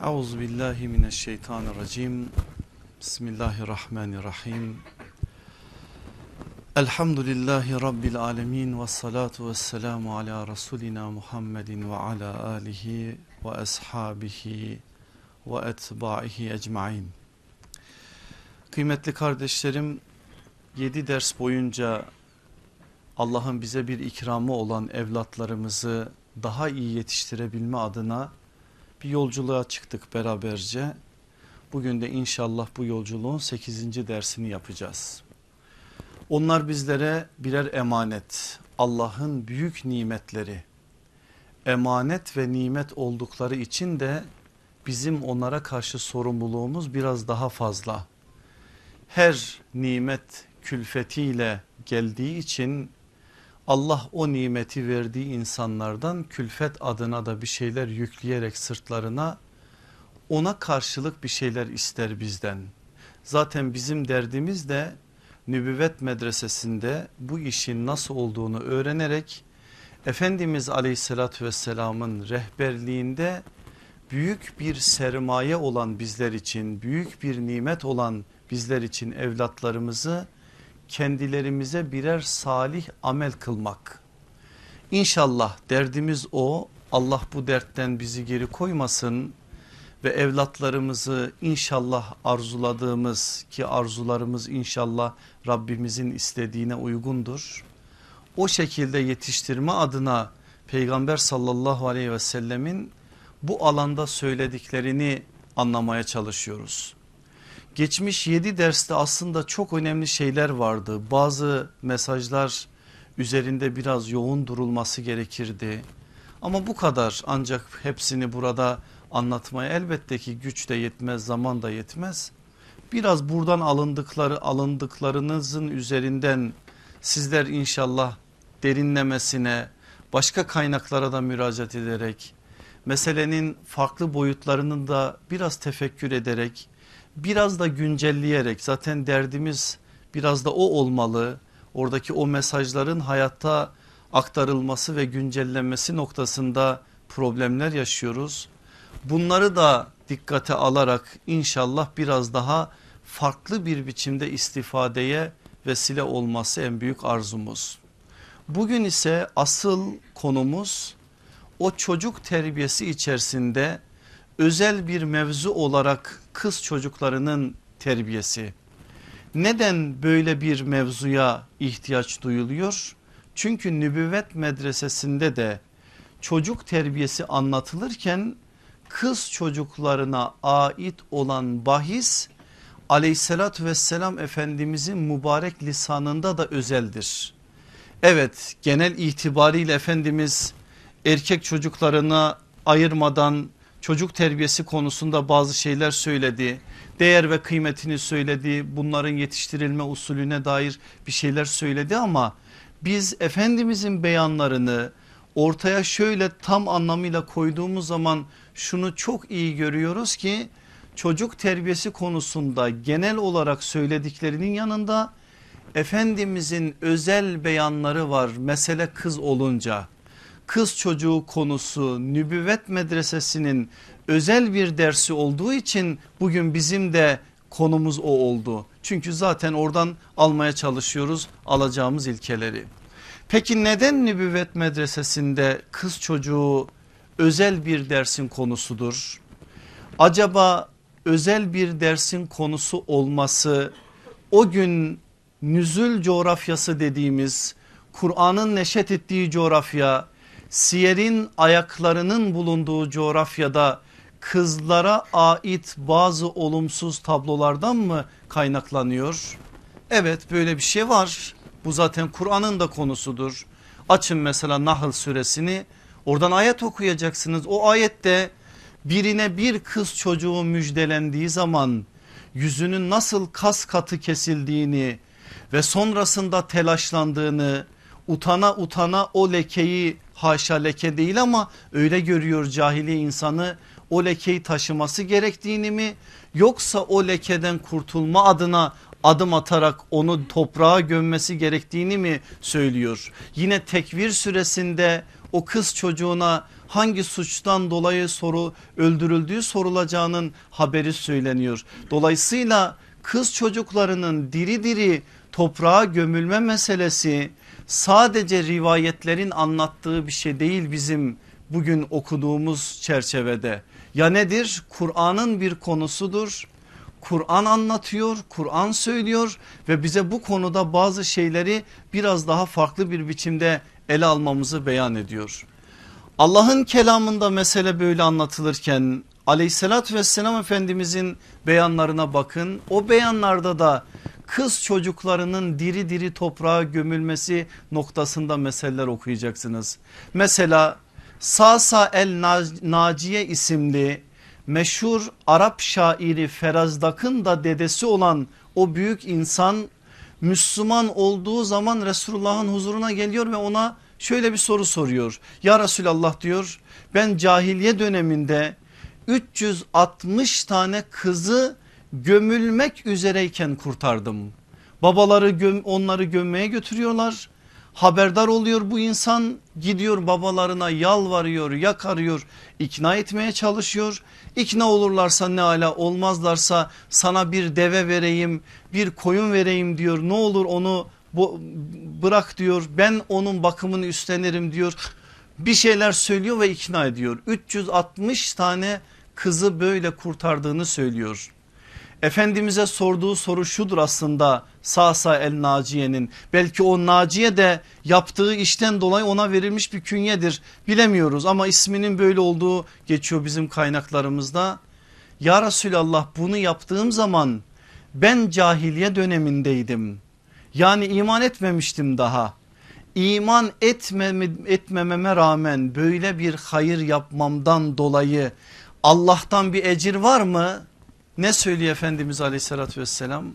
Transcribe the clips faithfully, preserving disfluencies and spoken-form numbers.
Euzu billahi mineşşeytanirracim. Bismillahirrahmanirrahim. Elhamdülillahi rabbil alamin ve salatu vesselamu ala rasulina Muhammedin ve ala alihi ve ashabihi ve etbaihi ecmaîn. Kıymetli kardeşlerim, yedi ders boyunca Allah'ın bize bir ikramı olan evlatlarımızı daha iyi yetiştirebilme adına bir yolculuğa çıktık beraberce. Bugün de inşallah bu yolculuğun sekizinci dersini yapacağız. Onlar bizlere birer emanet, Allah'ın büyük nimetleri. Emanet ve nimet oldukları için de bizim onlara karşı sorumluluğumuz biraz daha fazla. Her nimet külfetiyle geldiği için Allah o nimeti verdiği insanlardan külfet adına da bir şeyler yükleyerek sırtlarına ona karşılık bir şeyler ister bizden. Zaten bizim derdimiz de nübüvvet medresesinde bu işin nasıl olduğunu öğrenerek Efendimiz Aleyhisselatü Vesselam'ın rehberliğinde büyük bir sermaye olan bizler için, büyük bir nimet olan bizler için evlatlarımızı kendilerimize birer salih amel kılmak. İnşallah derdimiz o. Allah bu dertten bizi geri koymasın ve evlatlarımızı inşallah arzuladığımız, ki arzularımız inşallah Rabbimizin istediğine uygundur, o şekilde yetiştirme adına Peygamber sallallahu aleyhi ve sellemin bu alanda söylediklerini anlamaya çalışıyoruz. Geçmiş yedi derste aslında çok önemli şeyler vardı. Bazı mesajlar üzerinde biraz yoğun durulması gerekirdi. Ama bu kadar, ancak hepsini burada anlatmaya elbette ki güç de yetmez, zaman da yetmez. Biraz buradan alındıkları alındıklarınızın üzerinden sizler inşallah derinlemesine başka kaynaklara da müracaat ederek, meselenin farklı boyutlarını da biraz tefekkür ederek, biraz da güncelleyerek, zaten derdimiz biraz da o olmalı. Oradaki o mesajların hayatta aktarılması ve güncellenmesi noktasında problemler yaşıyoruz. Bunları da dikkate alarak inşallah biraz daha farklı bir biçimde istifadeye vesile olması en büyük arzumuz. Bugün ise asıl konumuz o çocuk terbiyesi içerisinde özel bir mevzu olarak kız çocuklarının terbiyesi. Neden böyle bir mevzuya ihtiyaç duyuluyor? Çünkü nübüvvet medresesinde de çocuk terbiyesi anlatılırken kız çocuklarına ait olan bahis Aleyhissalatü vesselam Efendimizin mübarek lisanında da özeldir. Evet, genel itibariyle Efendimiz erkek çocuklarına ayırmadan çocuk terbiyesi konusunda bazı şeyler söyledi. Değer ve kıymetini söyledi. Bunların yetiştirilme usulüne dair bir şeyler söyledi ama biz Efendimizin beyanlarını ortaya şöyle tam anlamıyla koyduğumuz zaman şunu çok iyi görüyoruz ki çocuk terbiyesi konusunda genel olarak söylediklerinin yanında Efendimizin özel beyanları var. Mesele kız olunca, kız çocuğu konusu nübüvvet medresesinin özel bir dersi olduğu için bugün bizim de konumuz o oldu. Çünkü zaten oradan almaya çalışıyoruz alacağımız ilkeleri. Peki neden nübüvvet medresesinde kız çocuğu özel bir dersin konusudur? Acaba özel bir dersin konusu olması o gün nüzul coğrafyası dediğimiz, Kur'an'ın neşet ettiği coğrafya, siyerin ayaklarının bulunduğu coğrafyada kızlara ait bazı olumsuz tablolardan mı kaynaklanıyor? Evet, böyle bir şey var. Bu zaten Kur'an'ın da konusudur. Açın mesela Nahl suresini, oradan ayet okuyacaksınız. O ayette birine bir kız çocuğu müjdelendiği zaman yüzünün nasıl kas katı kesildiğini ve sonrasında telaşlandığını, utana utana o lekeyi, haşa leke değil ama öyle görüyor cahiliye insanı, o lekeyi taşıması gerektiğini mi, yoksa o lekeden kurtulma adına adım atarak onu toprağa gömmesi gerektiğini mi söylüyor? Yine Tekvir suresinde o kız çocuğuna hangi suçtan dolayı soru öldürüldüğü sorulacağının haberi söyleniyor. Dolayısıyla kız çocuklarının diri diri toprağa gömülme meselesi sadece rivayetlerin anlattığı bir şey değil bizim bugün okuduğumuz çerçevede. Ya nedir? Kur'an'ın bir konusudur. Kur'an anlatıyor, Kur'an söylüyor ve bize bu konuda bazı şeyleri biraz daha farklı bir biçimde ele almamızı beyan ediyor. Allah'ın kelamında mesele böyle anlatılırken aleyhissalatü vesselam Efendimizin beyanlarına bakın. O beyanlarda da kız çocuklarının diri diri toprağa gömülmesi noktasında meseleler okuyacaksınız. Mesela Sasa el Naciye isimli meşhur Arap şairi Ferazdak'ın da dedesi olan o büyük insan Müslüman olduğu zaman Resulullah'ın huzuruna geliyor ve ona şöyle bir soru soruyor. Ya Resulallah diyor, ben cahiliye döneminde üç yüz altmış tane kızı gömülmek üzereyken kurtardım. Babaları göm, onları gömmeye götürüyorlar. Haberdar oluyor bu insan, gidiyor babalarına yalvarıyor, yakarıyor, ikna etmeye çalışıyor. İkna olurlarsa ne ala, olmazlarsa sana bir deve vereyim, bir koyun vereyim diyor. Ne olur onu bırak diyor, ben onun bakımını üstlenirim diyor. Bir şeyler söylüyor ve ikna ediyor. üç yüz altmış tane kızı böyle kurtardığını söylüyor. Efendimiz'e sorduğu soru şudur aslında, Sasa el Naciye'nin, belki o Naciye de yaptığı işten dolayı ona verilmiş bir künyedir, bilemiyoruz ama isminin böyle olduğu geçiyor bizim kaynaklarımızda. Ya Resulallah, bunu yaptığım zaman ben cahiliye dönemindeydim, yani iman etmemiştim daha. İman etmeme, etmememe rağmen böyle bir hayır yapmamdan dolayı Allah'tan bir ecir var mı? Ne söylüyor Efendimiz aleyhissalatü vesselam?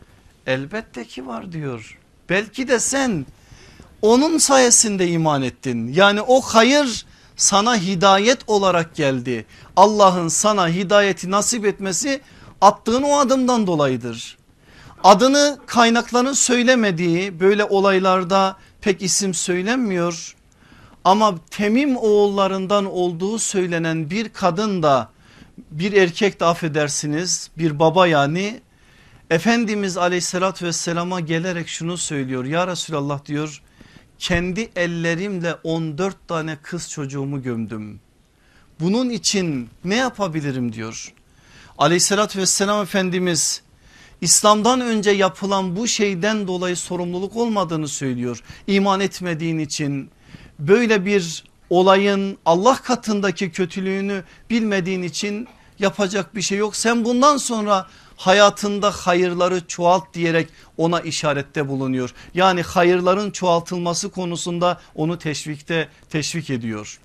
Elbette ki var diyor. Belki de sen onun sayesinde iman ettin. Yani o hayır sana hidayet olarak geldi. Allah'ın sana hidayeti nasip etmesi attığın o adımdan dolayıdır. Adını kaynakların söylemediği böyle olaylarda pek isim söylenmiyor. Ama Temim oğullarından olduğu söylenen bir kadın da, bir erkek de affedersiniz, bir baba yani, Efendimiz aleyhissalatü vesselama gelerek şunu söylüyor. Ya Resulallah diyor, kendi ellerimle on dört tane kız çocuğumu gömdüm. Bunun için ne yapabilirim diyor. Aleyhissalatü vesselam Efendimiz İslam'dan önce yapılan bu şeyden dolayı sorumluluk olmadığını söylüyor. İman etmediğin için, böyle bir olayın Allah katındaki kötülüğünü bilmediğin için yapacak bir şey yok. Sen bundan sonra hayatında hayırları çoğalt diyerek ona işarette bulunuyor. Yani hayırların çoğaltılması konusunda onu teşvikte teşvik ediyor.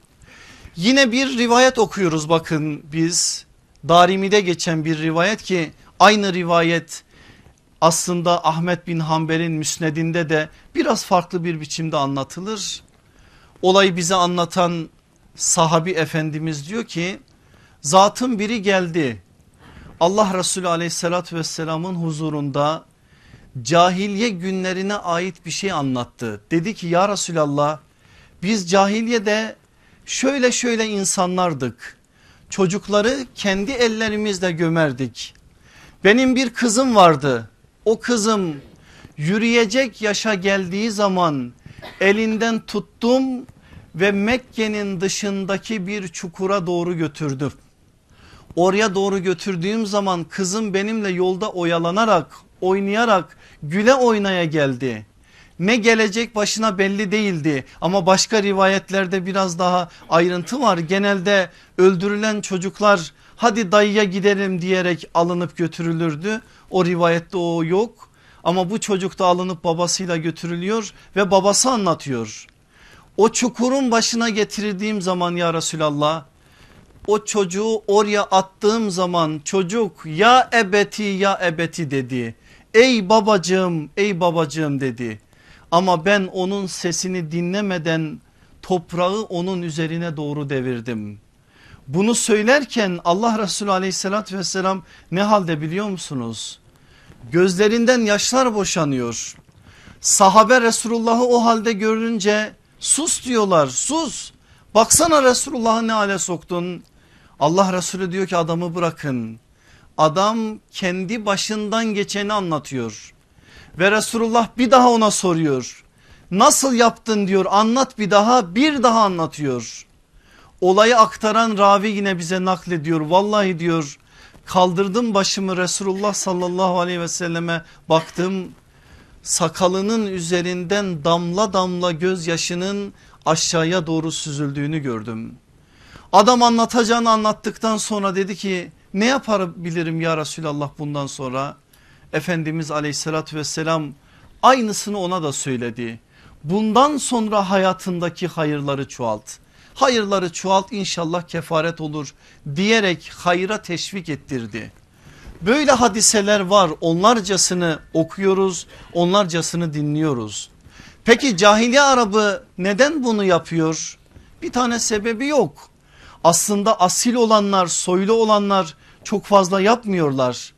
Yine bir rivayet okuyoruz bakın biz, Darimi'de geçen bir rivayet ki aynı rivayet aslında Ahmet bin Hanbel'in müsnedinde de biraz farklı bir biçimde anlatılır. Olayı bize anlatan sahabi efendimiz diyor ki, zatın biri geldi Allah Resulü aleyhissalatü vesselamın huzurunda cahiliye günlerine ait bir şey anlattı. Dedi ki ya Resulallah, biz cahiliyede şöyle şöyle insanlardık, çocukları kendi ellerimizle gömerdik. Benim bir kızım vardı, o kızım yürüyecek yaşa geldiği zaman elinden tuttum ve Mekke'nin dışındaki bir çukura doğru götürdüm. Oraya doğru götürdüğüm zaman kızım benimle yolda oyalanarak, oynayarak, güle oynaya geldi. Ne gelecek başına belli değildi ama başka rivayetlerde biraz daha ayrıntı var. Genelde öldürülen çocuklar hadi dayıya gidelim diyerek alınıp götürülürdü. O rivayette o yok ama bu çocuk da alınıp babasıyla götürülüyor ve babası anlatıyor. O çukurun başına getirdiğim zaman ya Resulallah, o çocuğu oraya attığım zaman çocuk ya ebeti ya ebeti dedi. Ey babacığım, ey babacığım dedi. Ama ben onun sesini dinlemeden toprağı onun üzerine doğru devirdim. Bunu söylerken Allah Resulü aleyhissalatü vesselam ne halde biliyor musunuz? Gözlerinden yaşlar boşanıyor. Sahabe Resulullah'ı o halde görünce sus diyorlar, sus. Baksana Resulullah'ı ne hale soktun. Allah Resulü diyor ki adamı bırakın. Adam kendi başından geçeni anlatıyor. Ve Resulullah bir daha ona soruyor. Nasıl yaptın diyor, anlat bir daha, bir daha anlatıyor. Olayı aktaran ravi yine bize naklediyor. Vallahi diyor, kaldırdım başımı Resulullah sallallahu aleyhi ve selleme baktım. Sakalının üzerinden damla damla gözyaşının aşağıya doğru süzüldüğünü gördüm. Adam anlatacağını anlattıktan sonra dedi ki ne yapabilirim ya Resulallah bundan sonra? Efendimiz aleyhissalatü vesselam aynısını ona da söyledi. Bundan sonra hayatındaki hayırları çoğalt. Hayırları çoğalt, inşallah kefaret olur diyerek hayıra teşvik ettirdi. Böyle hadiseler var, onlarcasını okuyoruz, onlarcasını dinliyoruz. Peki cahiliye Arabı neden bunu yapıyor? Bir tane sebebi yok. Aslında asil olanlar, soylu olanlar çok fazla yapmıyorlar.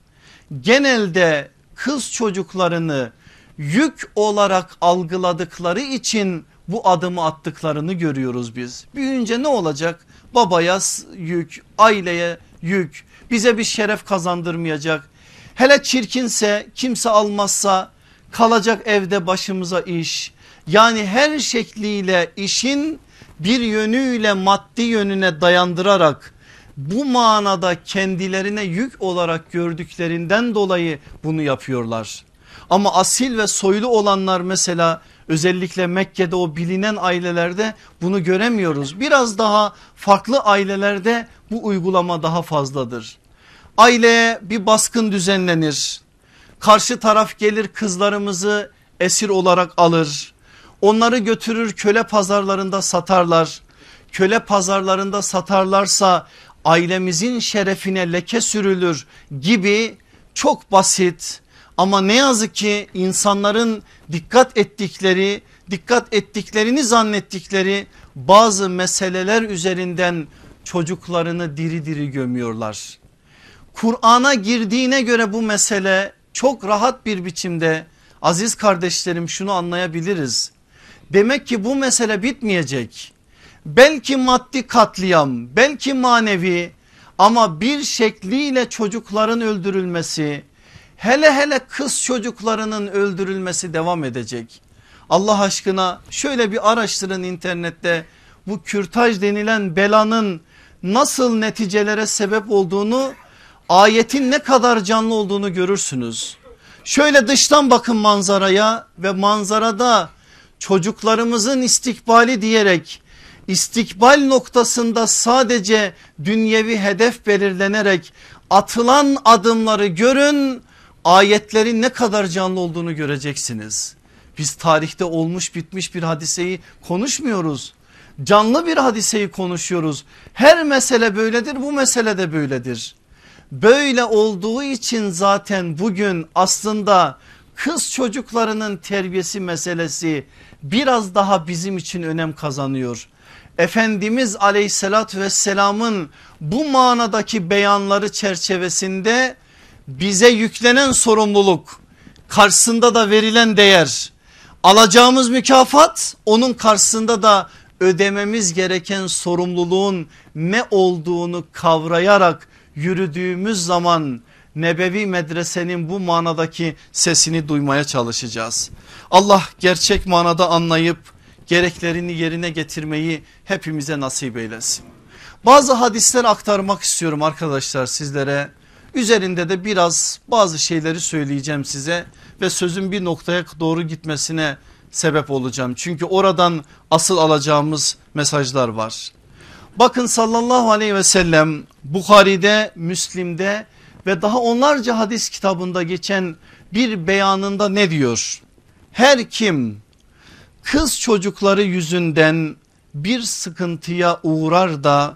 Genelde kız çocuklarını yük olarak algıladıkları için bu adımı attıklarını görüyoruz biz. Büyüyünce ne olacak? Babaya yük, aileye yük, bize bir şeref kazandırmayacak. Hele çirkinse, kimse almazsa kalacak evde başımıza iş. Yani her şekliyle işin bir yönüyle maddi yönüne dayandırarak bu manada kendilerine yük olarak gördüklerinden dolayı bunu yapıyorlar. Ama asil ve soylu olanlar mesela özellikle Mekke'de o bilinen ailelerde bunu göremiyoruz. Biraz daha farklı ailelerde bu uygulama daha fazladır. Aileye bir baskın düzenlenir. Karşı taraf gelir kızlarımızı esir olarak alır. Onları götürür köle pazarlarında satarlar. Köle pazarlarında satarlarsa ailemizin şerefine leke sürülür gibi çok basit ama ne yazık ki insanların dikkat ettikleri, dikkat ettiklerini zannettikleri bazı meseleler üzerinden çocuklarını diri diri gömüyorlar. Kur'an'a girdiğine göre bu mesele çok rahat bir biçimde aziz kardeşlerim şunu anlayabiliriz. Demek ki bu mesele bitmeyecek. Belki maddi katliam, belki manevi ama bir şekliyle çocukların öldürülmesi, hele hele kız çocuklarının öldürülmesi devam edecek. Allah aşkına şöyle bir araştırın internette, bu kürtaj denilen belanın nasıl neticelere sebep olduğunu, ayetin ne kadar canlı olduğunu görürsünüz. Şöyle dıştan bakın manzaraya ve manzarada çocuklarımızın istikbali diyerek istikbal noktasında sadece dünyevi hedef belirlenerek atılan adımları görün, ayetlerin ne kadar canlı olduğunu göreceksiniz. Biz tarihte olmuş bitmiş bir hadiseyi konuşmuyoruz. Canlı bir hadiseyi konuşuyoruz. Her mesele böyledir, bu mesele de böyledir. Böyle olduğu için zaten bugün aslında kız çocuklarının terbiyesi meselesi biraz daha bizim için önem kazanıyor. Efendimiz aleyhissalatü vesselamın bu manadaki beyanları çerçevesinde bize yüklenen sorumluluk, karşısında da verilen değer, alacağımız mükafat, onun karşısında da ödememiz gereken sorumluluğun ne olduğunu kavrayarak yürüdüğümüz zaman Nebevi medresenin bu manadaki sesini duymaya çalışacağız. Allah gerçek manada anlayıp gereklerini yerine getirmeyi hepimize nasip eylesin. Bazı hadisler aktarmak istiyorum arkadaşlar sizlere. Üzerinde de biraz bazı şeyleri söyleyeceğim size ve sözün bir noktaya doğru gitmesine sebep olacağım. Çünkü oradan asıl alacağımız mesajlar var. Bakın sallallahu aleyhi ve sellem Bukhari'de, Müslim'de ve daha onlarca hadis kitabında geçen bir beyanında ne diyor? Her kim kız çocukları yüzünden bir sıkıntıya uğrar da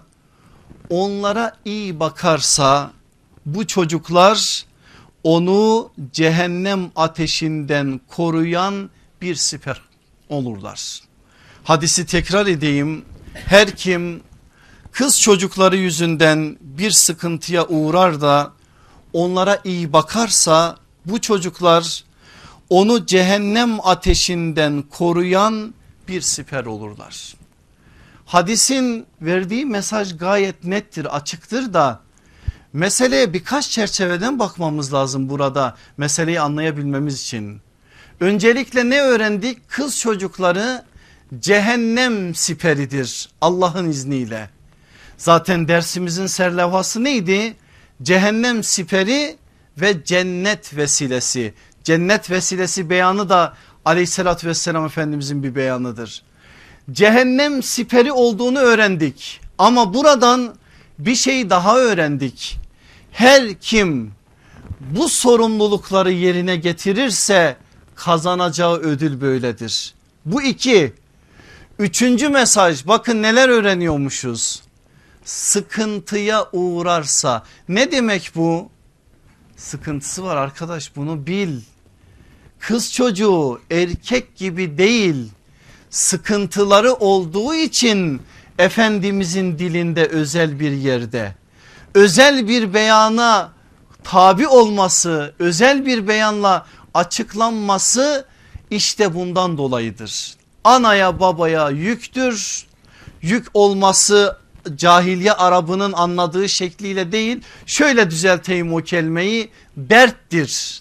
onlara iyi bakarsa bu çocuklar onu cehennem ateşinden koruyan bir siper olurlar. Hadisi tekrar edeyim. Her kim kız çocukları yüzünden bir sıkıntıya uğrar da onlara iyi bakarsa bu çocuklar onu cehennem ateşinden koruyan bir siper olurlar. Hadisin verdiği mesaj gayet nettir, açıktır da meseleye birkaç çerçeveden bakmamız lazım burada meseleyi anlayabilmemiz için. Öncelikle ne öğrendik? Kız çocukları cehennem siperidir Allah'ın izniyle. Zaten dersimizin serlevhası neydi? Cehennem siperi ve cennet vesilesi. Cennet vesilesi beyanı da aleyhissalatü vesselam Efendimizin bir beyanıdır. Cehennem siperi olduğunu öğrendik ama buradan bir şey daha öğrendik. Her kim bu sorumlulukları yerine getirirse kazanacağı ödül böyledir. Bu iki. Üçüncü mesaj, bakın neler öğreniyormuşuz. Sıkıntıya uğrarsa, ne demek bu? Sıkıntısı var arkadaş, bunu bil. Kız çocuğu erkek gibi değil, sıkıntıları olduğu için Efendimizin dilinde özel bir yerde, özel bir beyana tabi olması, özel bir beyanla açıklanması işte bundan dolayıdır. Anaya babaya yüktür. Yük olması cahiliye Arabının anladığı şekliyle değil, şöyle düzelteyim o kelimeyi, derttir.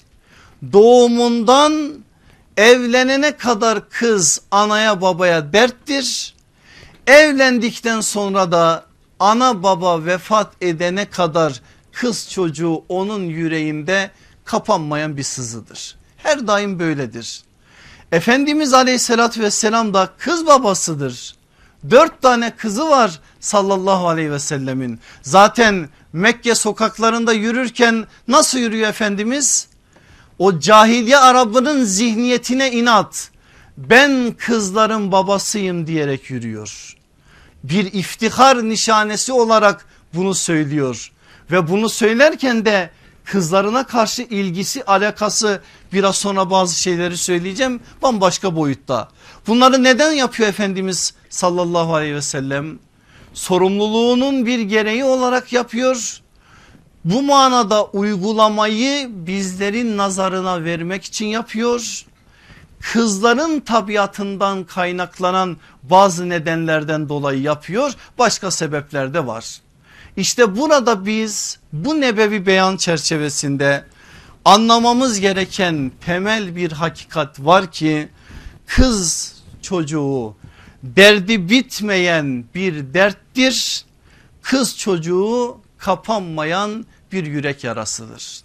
Doğumundan evlenene kadar kız anaya babaya derttir. Evlendikten sonra da ana baba vefat edene kadar kız çocuğu onun yüreğinde kapanmayan bir sızıdır. Her daim böyledir. Efendimiz aleyhissalatü vesselam da kız babasıdır. Dört tane kızı var sallallahu aleyhi ve sellemin. Zaten Mekke sokaklarında yürürken nasıl yürüyor Efendimiz? O cahiliye Arabının zihniyetine inat, ben kızların babasıyım diyerek yürüyor. Bir iftihar nişanesi olarak bunu söylüyor ve bunu söylerken de kızlarına karşı ilgisi, alakası, biraz sonra bazı şeyleri söyleyeceğim, bambaşka boyutta. Bunları neden yapıyor Efendimiz sallallahu aleyhi ve sellem? Sorumluluğunun bir gereği olarak yapıyor. Bu manada uygulamayı bizlerin nazarına vermek için yapıyor. Kızların tabiatından kaynaklanan bazı nedenlerden dolayı yapıyor. Başka sebepler de var. İşte burada biz bu nebevi beyan çerçevesinde anlamamız gereken temel bir hakikat var ki kız çocuğu derdi bitmeyen bir derttir. Kız çocuğu kapanmayan bir yürek yarasıdır.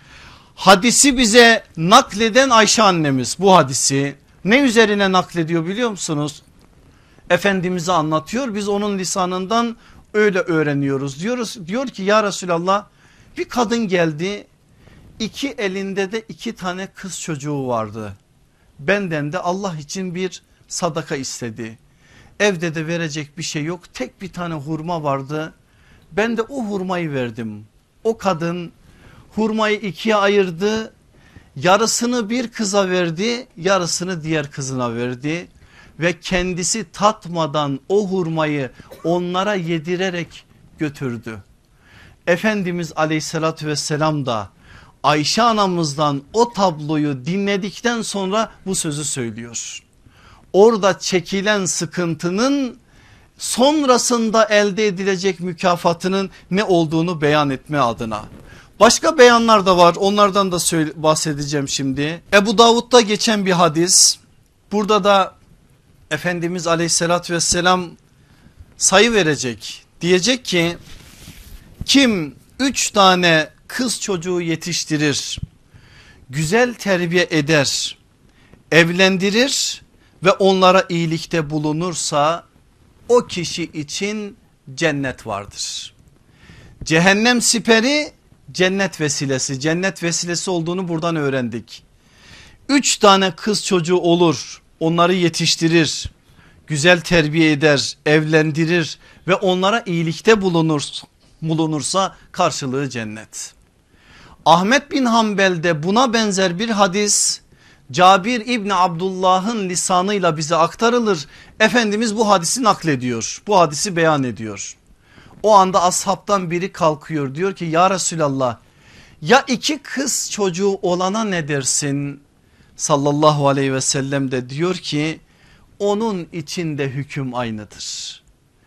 Hadisi bize nakleden Ayşe annemiz, bu hadisi ne üzerine naklediyor biliyor musunuz? Efendimiz'e anlatıyor, biz onun lisanından öyle öğreniyoruz. Diyoruz, diyor ki ya Resulallah, bir kadın geldi, iki elinde de iki tane kız çocuğu vardı. Benden de Allah için bir sadaka istedi. Evde de verecek bir şey yok, tek bir tane hurma vardı. Ben de o hurmayı verdim. O kadın hurmayı ikiye ayırdı, yarısını bir kıza verdi, yarısını diğer kızına verdi ve kendisi tatmadan o hurmayı onlara yedirerek götürdü. Efendimiz aleyhissalatü vesselam da Ayşe anamızdan o tabloyu dinledikten sonra bu sözü söylüyor. Orada çekilen sıkıntının sonrasında elde edilecek mükafatının ne olduğunu beyan etme adına. Başka beyanlar da var, onlardan da bahsedeceğim şimdi. Ebu Davud'da geçen bir hadis. Burada da Efendimiz aleyhissalatü vesselam sayı verecek. Diyecek ki kim üç tane kız çocuğu yetiştirir, güzel terbiye eder, evlendirir ve onlara iyilikte bulunursa o kişi için cennet vardır. Cehennem siperi cennet vesilesi, cennet vesilesi olduğunu buradan öğrendik. Üç tane kız çocuğu olur, onları yetiştirir, güzel terbiye eder, evlendirir ve onlara iyilikte bulunur, bulunursa karşılığı cennet. Ahmet bin Hanbel'de buna benzer bir hadis Cabir İbni Abdullah'ın lisanıyla bize aktarılır. Efendimiz bu hadisi naklediyor, bu hadisi beyan ediyor. O anda ashabtan biri kalkıyor, diyor ki ya Resulallah, ya iki kız çocuğu olana ne dersin? Sallallahu aleyhi ve sellem de diyor ki onun içinde hüküm aynıdır.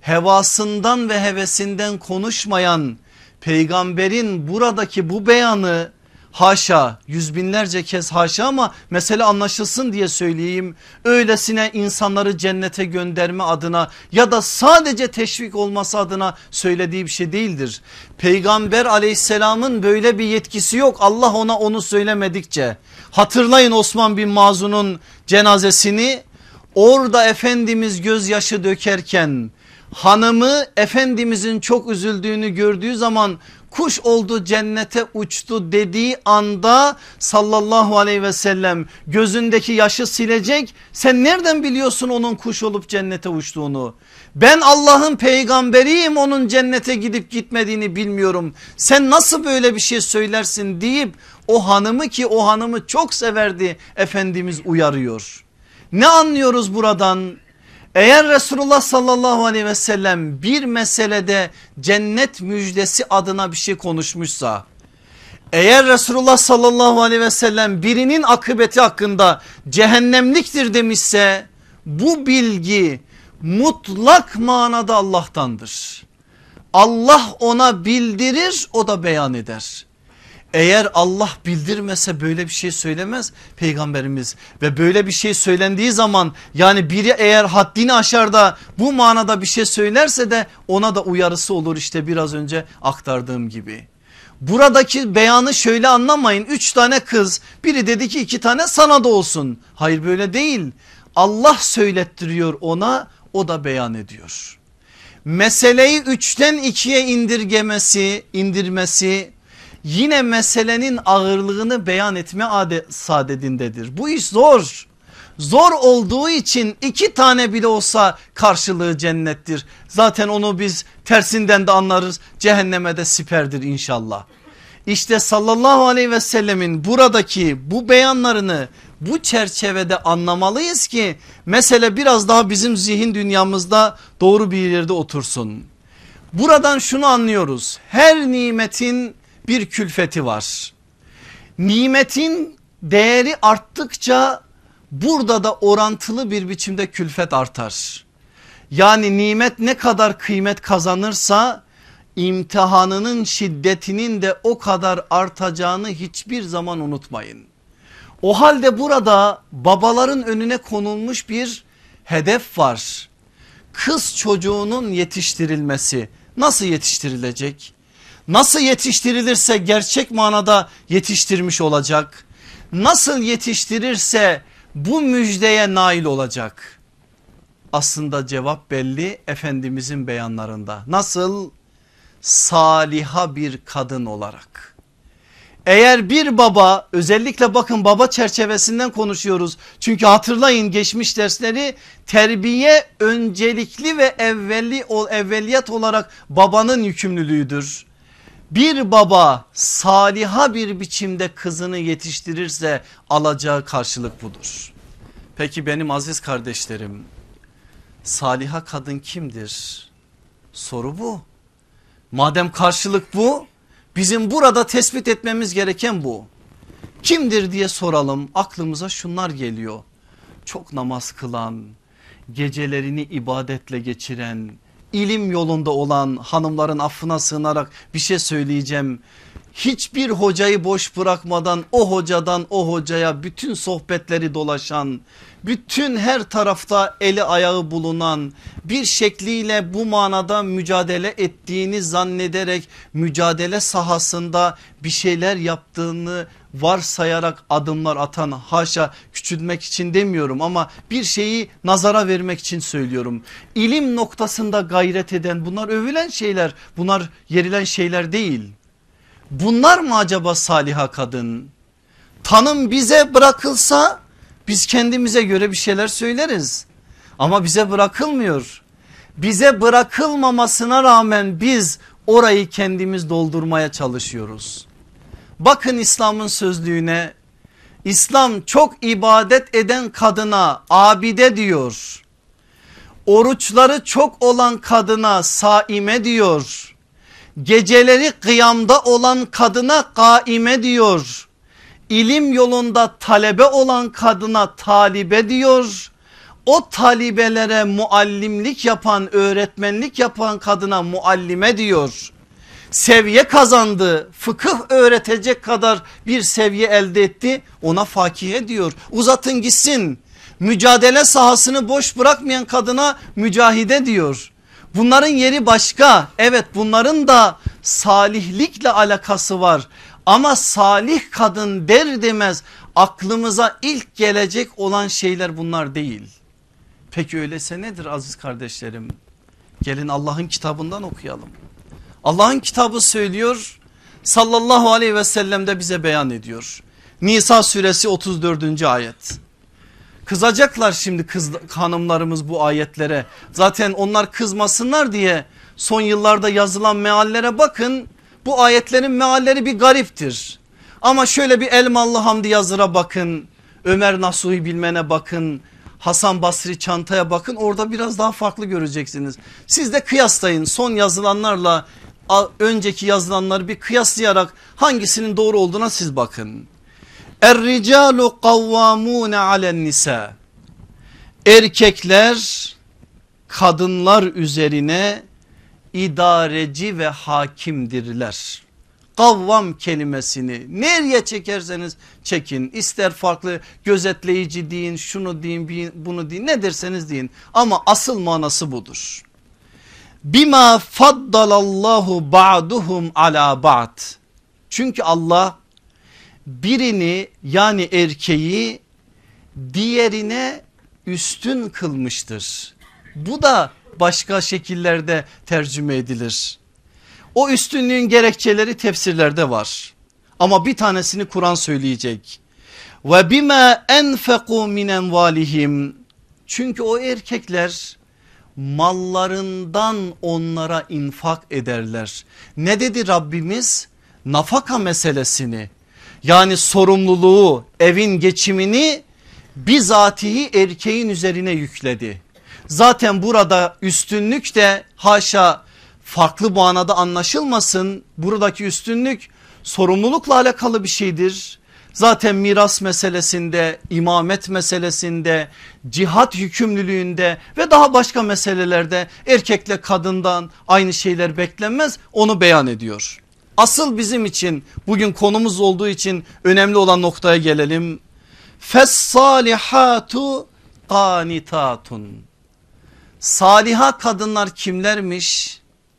hevasından ve hevesinden konuşmayan peygamberin buradaki bu beyanı, haşa, yüz binlerce kez haşa ama mesele anlaşılsın diye söyleyeyim, öylesine insanları cennete gönderme adına ya da sadece teşvik olması adına söylediği bir şey değildir. Peygamber aleyhisselamın böyle bir yetkisi yok, Allah ona onu söylemedikçe. Hatırlayın Osman bin Mazun'un cenazesini, orada Efendimiz gözyaşı dökerken hanımı Efendimizin çok üzüldüğünü gördüğü zaman kuş oldu cennete uçtu dediği anda sallallahu aleyhi ve sellem gözündeki yaşı silecek. Sen nereden biliyorsun onun kuş olup cennete uçtuğunu? Ben Allah'ın peygamberiyim, onun cennete gidip gitmediğini bilmiyorum. Sen nasıl böyle bir şey söylersin deyip o hanımı, ki o hanımı çok severdi, Efendimiz uyarıyor. Ne anlıyoruz buradan? Eğer Resulullah sallallahu aleyhi ve sellem bir meselede cennet müjdesi adına bir şey konuşmuşsa, eğer Resulullah sallallahu aleyhi ve sellem birinin akıbeti hakkında cehennemliktir demişse, bu bilgi mutlak manada Allah'tandır. Allah ona bildirir, o da beyan eder. Eğer Allah bildirmese böyle bir şey söylemez peygamberimiz ve böyle bir şey söylendiği zaman, yani biri eğer haddini aşar da bu manada bir şey söylerse de ona da uyarısı olur, işte biraz önce aktardığım gibi. Buradaki beyanı şöyle anlamayın, üç tane kız, biri dedi ki iki tane sana da olsun. Hayır, böyle değil, Allah söylettiriyor ona, o da beyan ediyor. Meseleyi üçten ikiye indirgemesi, indirmesi yine meselenin ağırlığını beyan etme sadedindedir. Bu iş zor. Zor olduğu için iki tane bile olsa karşılığı cennettir. Zaten onu biz tersinden de anlarız. Cehenneme de siperdir inşallah. İşte sallallahu aleyhi ve sellemin buradaki bu beyanlarını bu çerçevede anlamalıyız ki mesele biraz daha bizim zihin dünyamızda doğru bir yerde otursun. Buradan şunu anlıyoruz: her nimetin bir külfeti var. Nimetin değeri arttıkça burada da orantılı bir biçimde külfet artar. Yani nimet ne kadar kıymet kazanırsa imtihanının şiddetinin de o kadar artacağını hiçbir zaman unutmayın. O halde burada babaların önüne konulmuş bir hedef var. Kız çocuğunun yetiştirilmesi. Nasıl yetiştirilecek? Nasıl yetiştirilirse gerçek manada yetiştirmiş olacak? Nasıl yetiştirirse bu müjdeye nail olacak? Aslında cevap belli, Efendimizin beyanlarında. Nasıl? Saliha bir kadın olarak. Eğer bir baba, özellikle bakın baba çerçevesinden konuşuyoruz. Çünkü hatırlayın geçmiş dersleri, terbiye öncelikli ve evveli, evveliyat olarak babanın yükümlülüğüdür. Bir baba saliha bir biçimde kızını yetiştirirse alacağı karşılık budur. Peki benim aziz kardeşlerim, saliha kadın kimdir? Soru bu. Madem karşılık bu, bizim burada tespit etmemiz gereken bu. Kimdir diye soralım, aklımıza şunlar geliyor. Çok namaz kılan, gecelerini ibadetle geçiren, ilim yolunda olan, hanımların affına sığınarak bir şey söyleyeceğim. Hiçbir hocayı boş bırakmadan o hocadan o hocaya bütün sohbetleri dolaşan, bütün her tarafta eli ayağı bulunan, bir şekliyle bu manada mücadele ettiğini zannederek mücadele sahasında bir şeyler yaptığını varsayarak adımlar atan, haşa küçültmek için demiyorum ama bir şeyi nazara vermek için söylüyorum. İlim noktasında gayret eden, bunlar övülen şeyler, bunlar yerilen şeyler değil. Bunlar mı acaba saliha kadın? Tanım bize bırakılsa biz kendimize göre bir şeyler söyleriz ama bize bırakılmıyor. Bize bırakılmamasına rağmen biz orayı kendimiz doldurmaya çalışıyoruz. Bakın İslam'ın sözlüğüne, İslam çok ibadet eden kadına abide diyor. Oruçları çok olan kadına saime diyor. Geceleri kıyamda olan kadına kaime diyor. İlim yolunda talebe olan kadına talibe diyor. O talibelere muallimlik yapan, öğretmenlik yapan kadına muallime diyor. Seviye kazandı, fıkıh öğretecek kadar bir seviye elde etti, ona fakihe diyor. Uzatın gitsin. Mücadele sahasını boş bırakmayan kadına mücahide diyor. Bunların yeri başka. Evet, bunların da salihlikle alakası var. Ama salih kadın der demez aklımıza ilk gelecek olan şeyler bunlar değil. Peki öyleyse nedir aziz kardeşlerim? Gelin Allah'ın kitabından okuyalım. Allah'ın kitabı söylüyor, sallallahu aleyhi ve sellem de bize beyan ediyor. Nisa suresi otuz dördüncü ayet. Kızacaklar şimdi kız, hanımlarımız bu ayetlere. Zaten onlar kızmasınlar diye son yıllarda yazılan meallere bakın. Bu ayetlerin mealleri bir gariptir. Ama şöyle bir Elmalı Hamdi Yazır'a bakın, Ömer Nasuhi Bilmen'e bakın, Hasan Basri Çanta'ya bakın, orada biraz daha farklı göreceksiniz. Siz de kıyaslayın, son yazılanlarla önceki yazılanları bir kıyaslayarak hangisinin doğru olduğuna siz bakın. Er-ricalu kavvamune alen nisa. Erkekler kadınlar üzerine idareci ve hakimdirler. Kavvam kelimesini nereye çekerseniz çekin, ister farklı gözetleyici deyin, şunu deyin, bunu deyin, ne derseniz deyin, ama asıl manası budur. Bima faddalallahu ba'duhum ala ba'd. Çünkü Allah birini, yani erkeği diğerine üstün kılmıştır. Bu da başka şekillerde tercüme edilir. O üstünlüğün gerekçeleri tefsirlerde var. Ama bir tanesini Kur'an söyleyecek. Ve bima enfeku min envalihim. Çünkü o erkekler mallarından onlara infak ederler. Ne dedi Rabbimiz? Nafaka meselesini, yani sorumluluğu, evin geçimini bizatihi erkeğin üzerine yükledi. Zaten burada üstünlük de haşa farklı manada anlaşılmasın. Buradaki üstünlük sorumlulukla alakalı bir şeydir. Zaten miras meselesinde, imamet meselesinde, cihat yükümlülüğünde ve daha başka meselelerde erkekle kadından aynı şeyler beklenmez, onu beyan ediyor. Asıl bizim için bugün konumuz olduğu için önemli olan noktaya gelelim. Fes-salihatu qanitatun. Saliha kadınlar kimlermiş?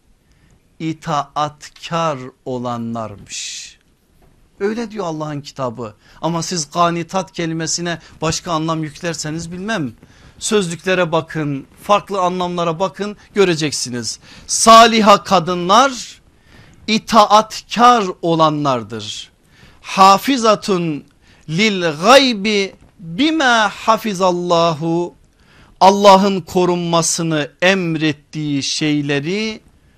İtaatkar olanlarmış. Öyle diyor Allah'ın kitabı. Ama siz qanitat kelimesine başka anlam yüklerseniz bilmem. Sözlüklere bakın, farklı anlamlara bakın, göreceksiniz. Saliha kadınlar itaatkar olanlardır. Hafizatun lil gaybi bima hafizallahu. Allah'ın korunmasını emrettiği şeyleri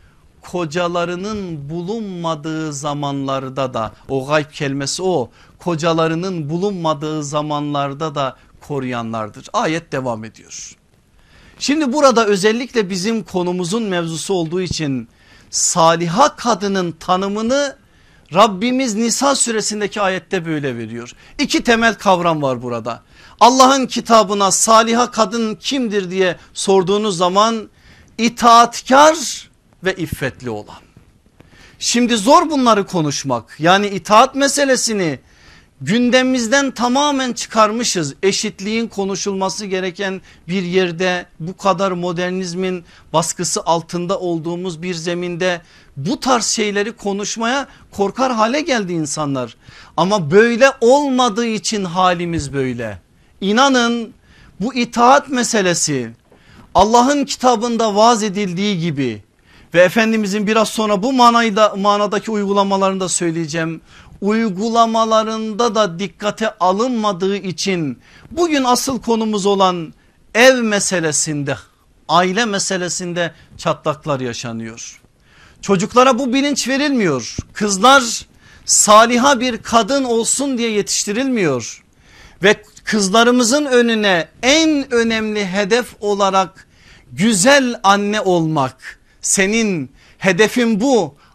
kocalarının bulunmadığı zamanlarda da, o gayb kelimesi o, kocalarının bulunmadığı zamanlarda da koruyanlardır. Ayet devam ediyor. Şimdi burada özellikle bizim konumuzun mevzusu olduğu için saliha kadının tanımını Rabbimiz Nisa suresindeki ayette böyle veriyor. İki temel kavram var burada. Allah'ın kitabına saliha kadın kimdir diye sorduğunuz zaman itaatkar ve iffetli olan. Şimdi zor bunları konuşmak, yani itaat meselesini gündemimizden tamamen çıkarmışız. Eşitliğin konuşulması gereken bir yerde, bu kadar modernizmin baskısı altında olduğumuz bir zeminde bu tarz şeyleri konuşmaya korkar hale geldi insanlar. Ama böyle olmadığı için halimiz böyle. İnanın bu itaat meselesi Allah'ın kitabında vaaz edildiği gibi ve Efendimizin biraz sonra bu manayda, manadaki uygulamalarını da söyleyeceğim. Uygulamalarında da dikkate alınmadığı için bugün asıl konumuz olan ev meselesinde, aile meselesinde çatlaklar yaşanıyor. Çocuklara bu bilinç verilmiyor. Kızlar saliha bir kadın olsun diye yetiştirilmiyor. Ve kızlarımızın önüne en önemli hedef olarak güzel anne olmak, senin hedefin bu,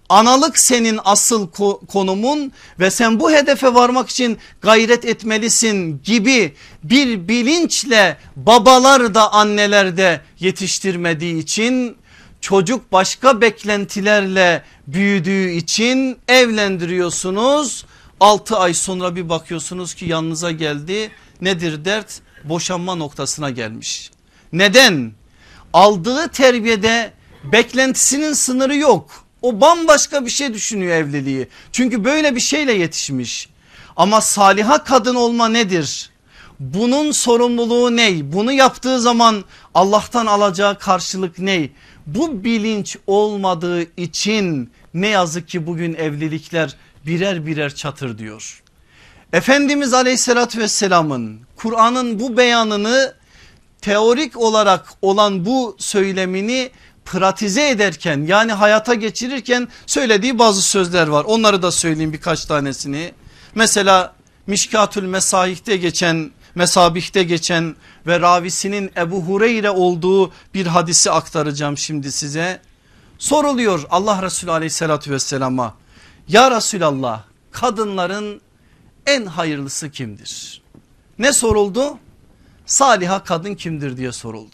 Analık senin asıl konumun ve sen bu hedefe varmak için gayret etmelisin gibi bir bilinçle babalar da anneler de yetiştirmediği için, çocuk başka beklentilerle büyüdüğü için evlendiriyorsunuz. altı ay sonra bir bakıyorsunuz ki yanınıza geldi. Nedir dert? Boşanma noktasına gelmiş. Neden? Aldığı terbiyede beklentisinin sınırı yok. O bambaşka bir şey düşünüyor evliliği. Çünkü böyle bir şeyle yetişmiş. Ama saliha kadın olma nedir? Bunun sorumluluğu ne? Bunu yaptığı zaman Allah'tan alacağı karşılık ne? Bu bilinç olmadığı için ne yazık ki bugün evlilikler birer birer çatır diyor. Efendimiz aleyhissalatü vesselamın Kur'an'ın bu beyanını, teorik olarak olan bu söylemini pratize ederken, yani hayata geçirirken söylediği bazı sözler var. Onları da söyleyeyim, birkaç tanesini. Mesela Mişkatül Mesahih'te geçen, Mesabih'te geçen ve ravisinin Ebu Hureyre olduğu bir hadisi aktaracağım şimdi size. Soruluyor Allah Resulü aleyhissalatü vesselama, ya Resulallah, kadınların en hayırlısı kimdir? Ne soruldu? Saliha kadın kimdir diye soruldu.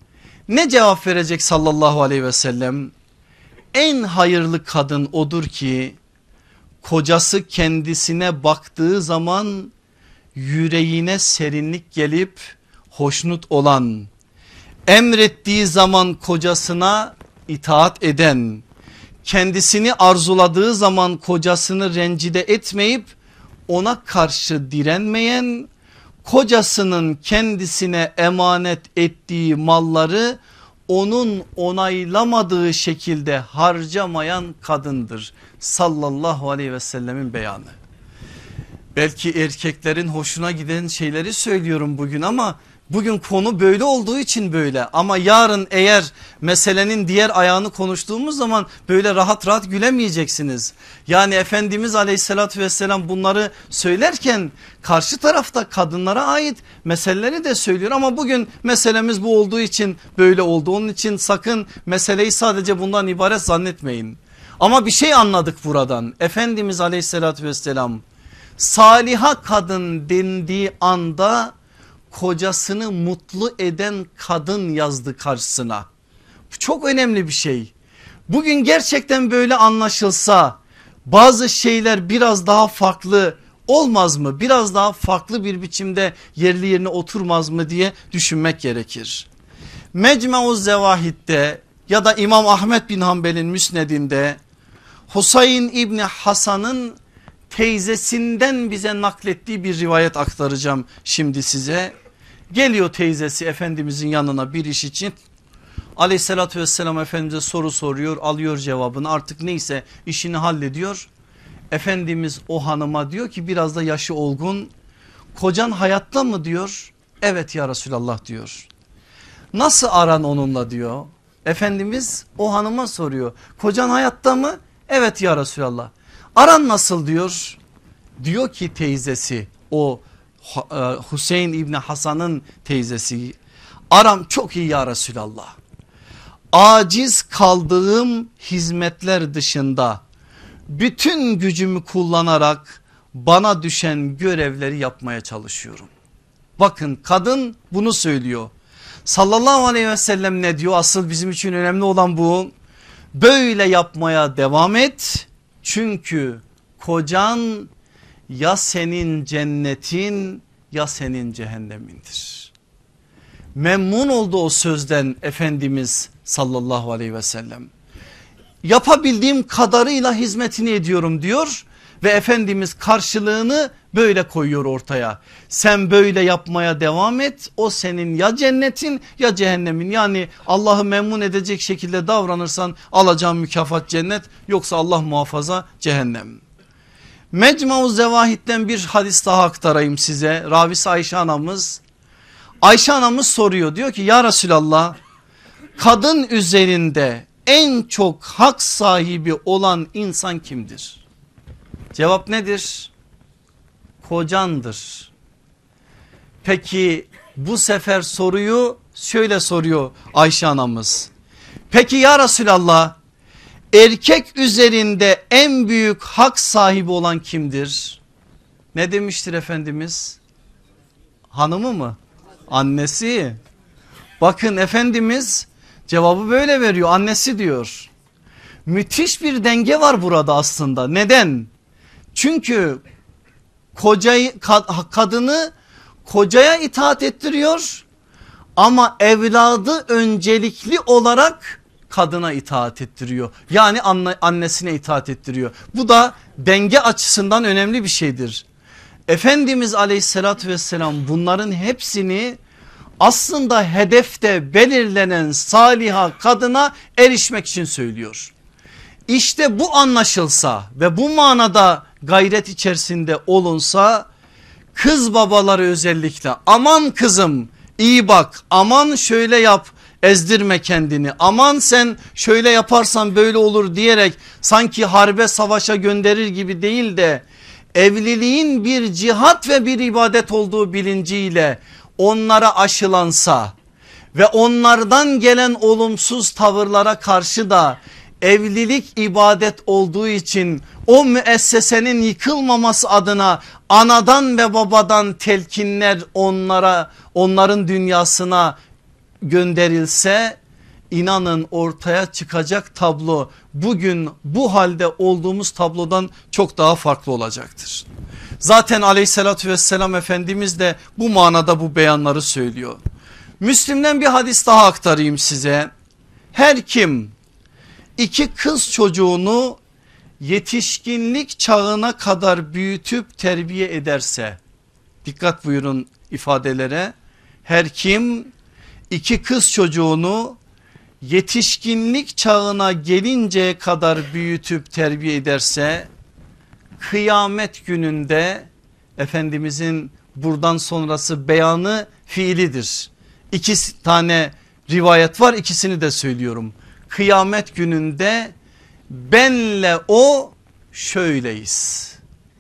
Ne cevap verecek sallallahu aleyhi ve sellem? En hayırlı kadın odur ki kocası kendisine baktığı zaman yüreğine serinlik gelip hoşnut olan, emrettiği zaman kocasına itaat eden, kendisini arzuladığı zaman kocasını rencide etmeyip ona karşı direnmeyen, kocasının kendisine emanet ettiği malları onun onaylamadığı şekilde harcamayan kadındır sallallahu aleyhi ve sellemin beyanı. Belki erkeklerin hoşuna giden şeyleri söylüyorum bugün ama bugün konu böyle olduğu için böyle, ama yarın eğer meselenin diğer ayağını konuştuğumuz zaman böyle rahat rahat gülemeyeceksiniz. Yani Efendimiz aleyhissalatü vesselam bunları söylerken karşı tarafta kadınlara ait meseleleri de söylüyor, ama bugün meselemiz bu olduğu için böyle oldu. Onun için sakın meseleyi sadece bundan ibaret zannetmeyin. Ama bir şey anladık buradan. Efendimiz aleyhissalatü vesselam saliha kadın dendiği anda kocasını mutlu eden kadın yazdı karşısına. Bu çok önemli bir şey. Bugün gerçekten böyle anlaşılsa, bazı şeyler biraz daha farklı olmaz mı? Biraz daha farklı bir biçimde yerli yerine oturmaz mı diye düşünmek gerekir. Mecmu-uz Zevahid'de ya da İmam Ahmet bin Hanbel'in Müsned'inde Husayn İbni Hasan'ın teyzesinden bize naklettiği bir rivayet aktaracağım şimdi size. Geliyor teyzesi Efendimizin yanına bir iş için. Aleyhissalatü vesselam Efendimiz'e soru soruyor, alıyor cevabını, artık neyse işini hallediyor. Efendimiz o hanıma diyor ki, biraz da yaşı olgun, kocan hayatta mı diyor. Evet ya Resulallah diyor. Nasıl aran onunla diyor. Efendimiz o hanıma soruyor, kocan hayatta mı? Evet ya Resulallah. Aran nasıl diyor. Diyor ki teyzesi, o Hüseyin İbni Hasan'ın teyzesi, aram çok iyi ya Resulallah. Aciz kaldığım hizmetler dışında bütün gücümü kullanarak bana düşen görevleri yapmaya çalışıyorum. Bakın kadın bunu söylüyor. Sallallahu aleyhi ve sellem ne diyor? Asıl bizim için önemli olan bu. Böyle yapmaya devam et. Çünkü kocan ya senin cennetin ya senin cehennemindir. Memnun oldu o sözden Efendimiz sallallahu aleyhi ve sellem. Yapabildiğim kadarıyla hizmetini ediyorum diyor ve Efendimiz karşılığını böyle koyuyor ortaya. Sen böyle yapmaya devam et, o senin ya cennetin ya cehennemin. Yani Allah'ı memnun edecek şekilde davranırsan alacağın mükafat cennet, yoksa Allah muhafaza cehennem. Mecmu-uz Zevahid'den bir hadis daha aktarayım size. Ravisi Ayşe anamız. Ayşe anamız soruyor, diyor ki ya Resulallah, kadın üzerinde en çok hak sahibi olan insan kimdir? Cevap nedir? Kocandır. Peki bu sefer soruyu şöyle soruyor Ayşe anamız. Peki ya Resulallah, erkek üzerinde en büyük hak sahibi olan kimdir? Ne demiştir Efendimiz? Hanımı mı? Annesi. Bakın Efendimiz cevabı böyle veriyor, annesi diyor. Müthiş bir denge var burada aslında. Neden? Çünkü kocayı, kadını kocaya itaat ettiriyor ama evladı öncelikli olarak kadına itaat ettiriyor. Yani anne, annesine itaat ettiriyor. Bu da denge açısından önemli bir şeydir. Efendimiz aleyhissalatü vesselam bunların hepsini aslında hedefte belirlenen saliha kadına erişmek için söylüyor. İşte bu anlaşılsa ve bu manada gayret içerisinde olunsa, kız babaları özellikle aman kızım iyi bak, aman şöyle yap, ezdirme kendini, aman sen şöyle yaparsan böyle olur diyerek sanki harbe savaşa gönderir gibi değil de evliliğin bir cihat ve bir ibadet olduğu bilinciyle onlara aşılansa ve onlardan gelen olumsuz tavırlara karşı da evlilik ibadet olduğu için o müessesenin yıkılmaması adına anadan ve babadan telkinler onlara, onların dünyasına gönderilse, inanın ortaya çıkacak tablo bugün bu halde olduğumuz tablodan çok daha farklı olacaktır. Zaten aleyhissalatü vesselam Efendimiz de bu manada bu beyanları söylüyor. Müslim'den bir hadis daha aktarayım size. Her kim iki kız çocuğunu yetişkinlik çağına kadar büyütüp terbiye ederse, dikkat buyurun ifadelere, her kim iki kız çocuğunu yetişkinlik çağına gelinceye kadar büyütüp terbiye ederse, kıyamet gününde, Efendimizin buradan sonrası beyanı fiilidir. İki tane rivayet var, ikisini de söylüyorum. Kıyamet gününde benle o şöyleyiz,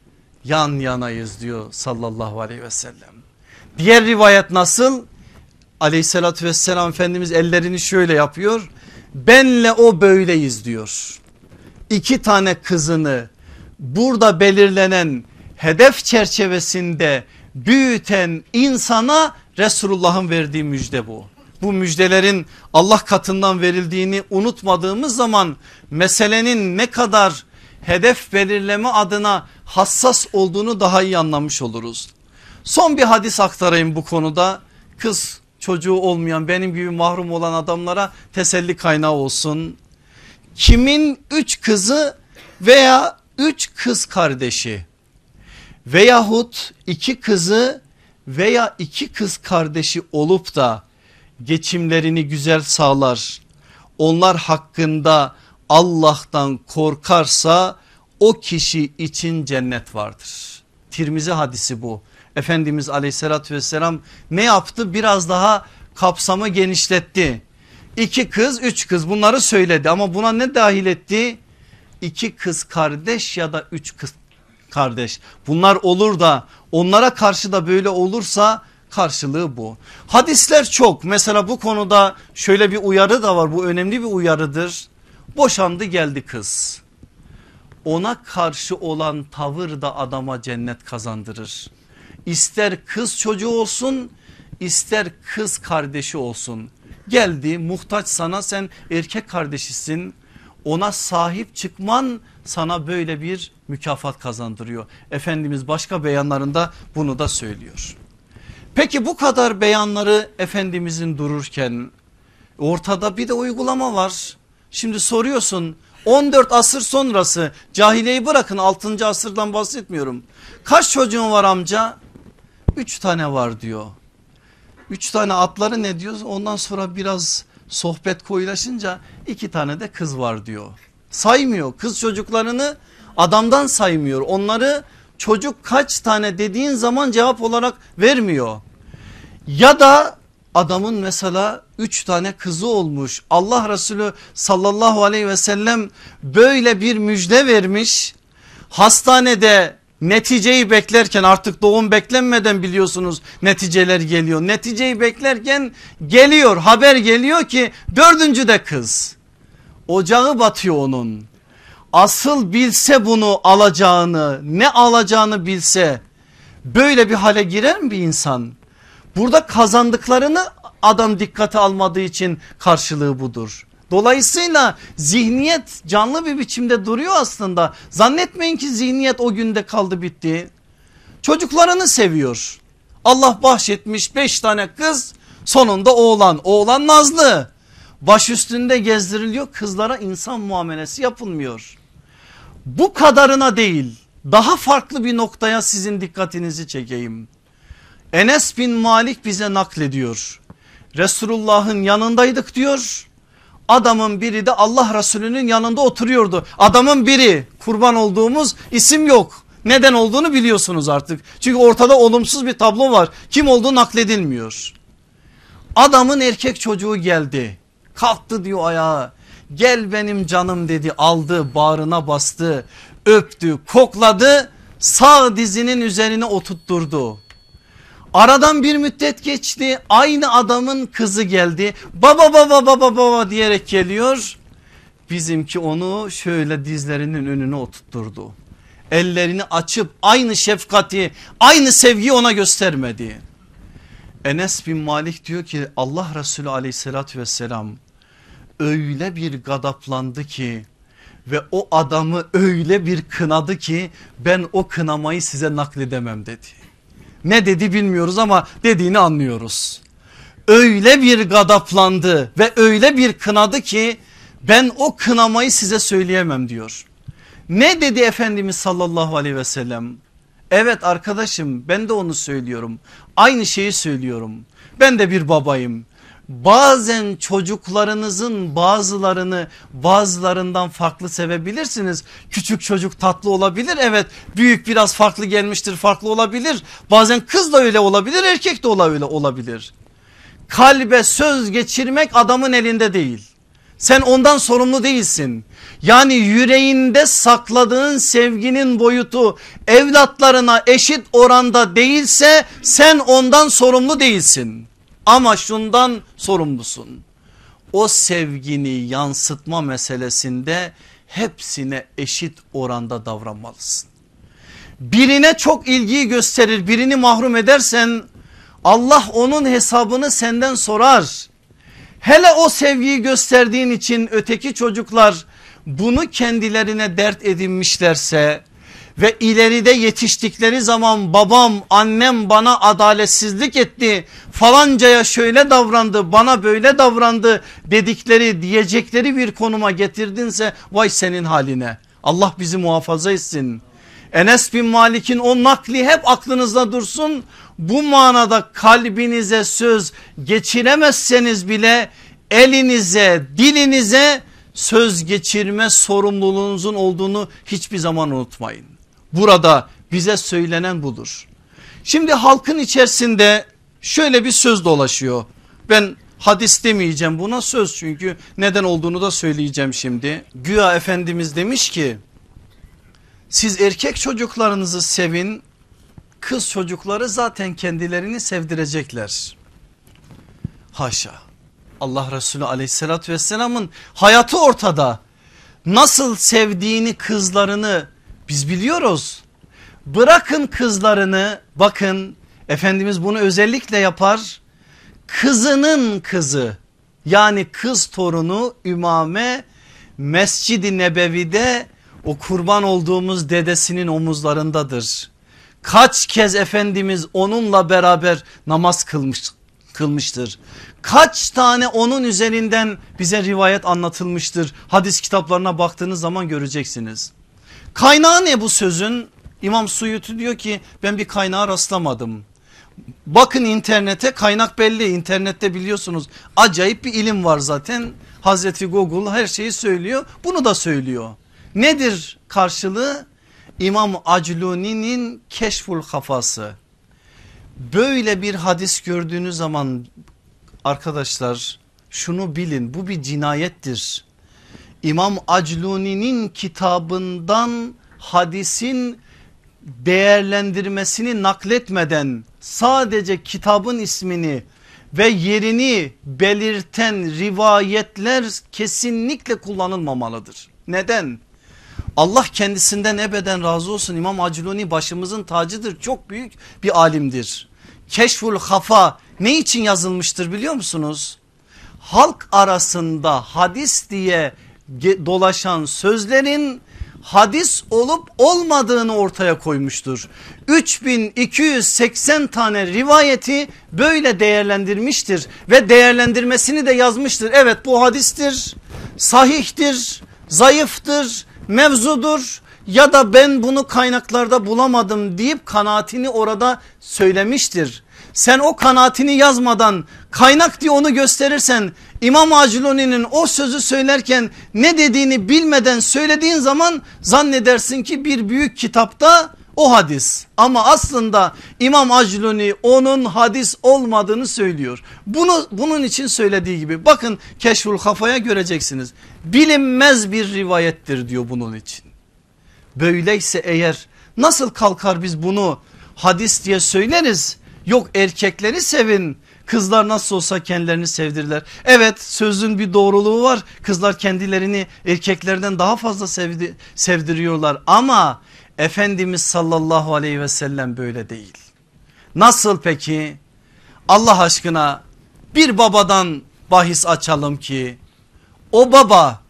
yan yanayız diyor sallallahu aleyhi ve sellem. Diğer rivayet nasıl? Aleyhissalatü vesselam Efendimiz ellerini şöyle yapıyor, benle o böyleyiz diyor. İki tane kızını burada belirlenen hedef çerçevesinde büyüten insana Resulullah'ın verdiği müjde bu. Bu müjdelerin Allah katından verildiğini unutmadığımız zaman meselenin ne kadar hedef belirleme adına hassas olduğunu daha iyi anlamış oluruz. Son bir hadis aktarayım bu konuda, kız çocuğu olmayan benim gibi mahrum olan adamlara teselli kaynağı olsun. Kimin üç kızı veya üç kız kardeşi veyahut iki kızı veya iki kız kardeşi olup da geçimlerini güzel sağlar, onlar hakkında Allah'tan korkarsa o kişi için cennet vardır. Tirmizi hadisi bu. Efendimiz aleyhissalatü vesselam ne yaptı? Biraz daha kapsamı genişletti. İki kız, üç kız bunları söyledi ama buna ne dahil etti? İki kız kardeş ya da üç kız kardeş. Bunlar olur da onlara karşı da böyle olursa karşılığı bu. Hadisler çok. Mesela bu konuda şöyle bir uyarı da var. Bu önemli bir uyarıdır. Boşandı geldi kız. Ona karşı olan tavır da adama cennet kazandırır. İster kız çocuğu olsun, ister kız kardeşi olsun. Geldi muhtaç sana, sen erkek kardeşisin. Ona sahip çıkman sana böyle bir mükafat kazandırıyor. Efendimiz başka beyanlarında bunu da söylüyor. Peki bu kadar beyanları Efendimizin dururken ortada bir de uygulama var. Şimdi soruyorsun, on dört asır sonrası, cahiliyeyi bırakın, altıncı asırdan bahsetmiyorum. Kaç çocuğun var amca? Üç tane var diyor. Üç tane atları ne diyor? Ondan sonra biraz sohbet koyulaşınca iki tane de kız var diyor. Saymıyor, kız çocuklarını adamdan saymıyor. Onları çocuk kaç tane dediğin zaman cevap olarak vermiyor. Ya da adamın mesela üç tane kızı olmuş. Allah Resulü sallallahu aleyhi ve sellem böyle bir müjde vermiş. Hastanede neticeyi beklerken, artık doğum beklenmeden biliyorsunuz neticeler geliyor. Neticeyi beklerken geliyor, haber geliyor ki dördüncü de kız. Ocağı batıyor onun. Asıl bilse bunu alacağını, ne alacağını bilse böyle bir hale girer mi bir insan? Burada kazandıklarını adam dikkate almadığı için karşılığı budur. Dolayısıyla zihniyet canlı bir biçimde duruyor aslında. Zannetmeyin ki zihniyet o günde kaldı bitti. Çocuklarını seviyor. Allah bahşetmiş beş tane kız, sonunda oğlan. Oğlan nazlı. Baş üstünde gezdiriliyor, kızlara insan muamelesi yapılmıyor. Bu kadarına değil, daha farklı bir noktaya sizin dikkatinizi çekeyim. Enes bin Malik bize naklediyor. Resulullah'ın yanındaydık diyor. Adamın biri de Allah Resulü'nün yanında oturuyordu. Adamın biri, kurban olduğumuz isim yok. Neden olduğunu biliyorsunuz artık. Çünkü ortada olumsuz bir tablo var. Kim olduğu nakledilmiyor. Adamın erkek çocuğu geldi. Kalktı diyor ayağa. Gel benim canım dedi, aldı, bağrına bastı, öptü, kokladı, sağ dizinin üzerine oturtturdu. Aradan bir müddet geçti, aynı adamın kızı geldi, baba baba baba baba diyerek geliyor. Bizimki onu şöyle dizlerinin önüne oturtturdu. Ellerini açıp aynı şefkati, aynı sevgiyi ona göstermedi. Enes bin Malik diyor ki Allah Resulü aleyhissalatü vesselam öyle bir gadaplandı ki ve o adamı öyle bir kınadı ki ben o kınamayı size nakledemem dedi. Ne dedi bilmiyoruz ama dediğini anlıyoruz. Öyle bir gadaplandı ve öyle bir kınadı ki ben o kınamayı size söyleyemem diyor. Ne dedi Efendimiz sallallahu aleyhi ve sellem? Evet arkadaşım, ben de onu söylüyorum. Aynı şeyi söylüyorum. Ben de bir babayım. Bazen çocuklarınızın bazılarını bazılarından farklı sevebilirsiniz. Küçük çocuk tatlı olabilir, evet, büyük biraz farklı gelmiştir, farklı olabilir. Bazen kız da öyle olabilir, erkek de öyle olabilir. Kalbe söz geçirmek adamın elinde değil. Sen ondan sorumlu değilsin. Yani yüreğinde sakladığın sevginin boyutu evlatlarına eşit oranda değilse sen ondan sorumlu değilsin. Ama şundan sorumlusun. O sevgini yansıtma meselesinde hepsine eşit oranda davranmalısın. Birine çok ilgiyi gösterir, birini mahrum edersen Allah onun hesabını senden sorar. Hele o sevgiyi gösterdiğin için öteki çocuklar bunu kendilerine dert edinmişlerse ve ileride yetiştikleri zaman babam annem bana adaletsizlik etti, falancaya şöyle davrandı, bana böyle davrandı dedikleri diyecekleri bir konuma getirdinse vay senin haline. Allah bizi muhafaza etsin. Enes bin Malik'in o nakli hep aklınızda dursun. Bu manada kalbinize söz geçiremezseniz bile elinize, dilinize söz geçirme sorumluluğunuzun olduğunu hiçbir zaman unutmayın. Burada bize söylenen budur. Şimdi halkın içerisinde şöyle bir söz dolaşıyor. Ben hadis demeyeceğim buna, söz, çünkü neden olduğunu da söyleyeceğim şimdi. Güya Efendimiz demiş ki siz erkek çocuklarınızı sevin, kız çocukları zaten kendilerini sevdirecekler. Haşa. Allah Resulü aleyhissalatü vesselamın hayatı ortada. Nasıl sevdiğini kızlarını biz biliyoruz. Bırakın kızlarını, bakın Efendimiz bunu özellikle yapar. Kızının kızı, yani kız torunu Ümame Mescid-i Nebevi'de o kurban olduğumuz dedesinin omuzlarındadır. Kaç kez Efendimiz onunla beraber namaz kılmış, kılmıştır. Kaç tane onun üzerinden bize rivayet anlatılmıştır. Hadis kitaplarına baktığınız zaman göreceksiniz. Kaynağı ne bu sözün? İmam Suyuti diyor ki ben bir kaynağa rastlamadım. Bakın internete, kaynak belli, internette biliyorsunuz acayip bir ilim var zaten. Hazreti Google her şeyi söylüyor, bunu da söylüyor. Nedir karşılığı? İmam Acluni'nin Keşful Kafası. Böyle bir hadis gördüğünüz zaman arkadaşlar şunu bilin, bu bir cinayettir. İmam Acluni'nin kitabından hadisin değerlendirmesini nakletmeden sadece kitabın ismini ve yerini belirten rivayetler kesinlikle kullanılmamalıdır. Neden? Allah kendisinden ebeden razı olsun. İmam Acluni başımızın tacıdır. Çok büyük bir alimdir. Keşful Hafa ne için yazılmıştır biliyor musunuz? Halk arasında hadis diye dolaşan sözlerin hadis olup olmadığını ortaya koymuştur. üç bin iki yüz seksen tane rivayeti böyle değerlendirmiştir ve değerlendirmesini de yazmıştır. Evet, bu hadistir, sahihtir, zayıftır, mevzudur ya da ben bunu kaynaklarda bulamadım deyip kanaatini orada söylemiştir. Sen o kanaatini yazmadan kaynak diye onu gösterirsen, İmam Acluni'nin o sözü söylerken ne dediğini bilmeden söylediğin zaman zannedersin ki bir büyük kitapta o hadis. Ama aslında İmam Acluni onun hadis olmadığını söylüyor. Bunu bunun için söylediği gibi, bakın Keşful Hafa'ya göreceksiniz. Bilinmez bir rivayettir diyor bunun için. Böyleyse eğer nasıl kalkar biz bunu hadis diye söyleriz? Yok, erkekleri sevin, kızlar nasıl olsa kendilerini sevdirirler. Evet, sözün bir doğruluğu var, kızlar kendilerini erkeklerden daha fazla sevdi, sevdiriyorlar ama Efendimiz sallallahu aleyhi ve sellem böyle değil. Nasıl peki? Allah aşkına bir babadan bahis açalım ki o baba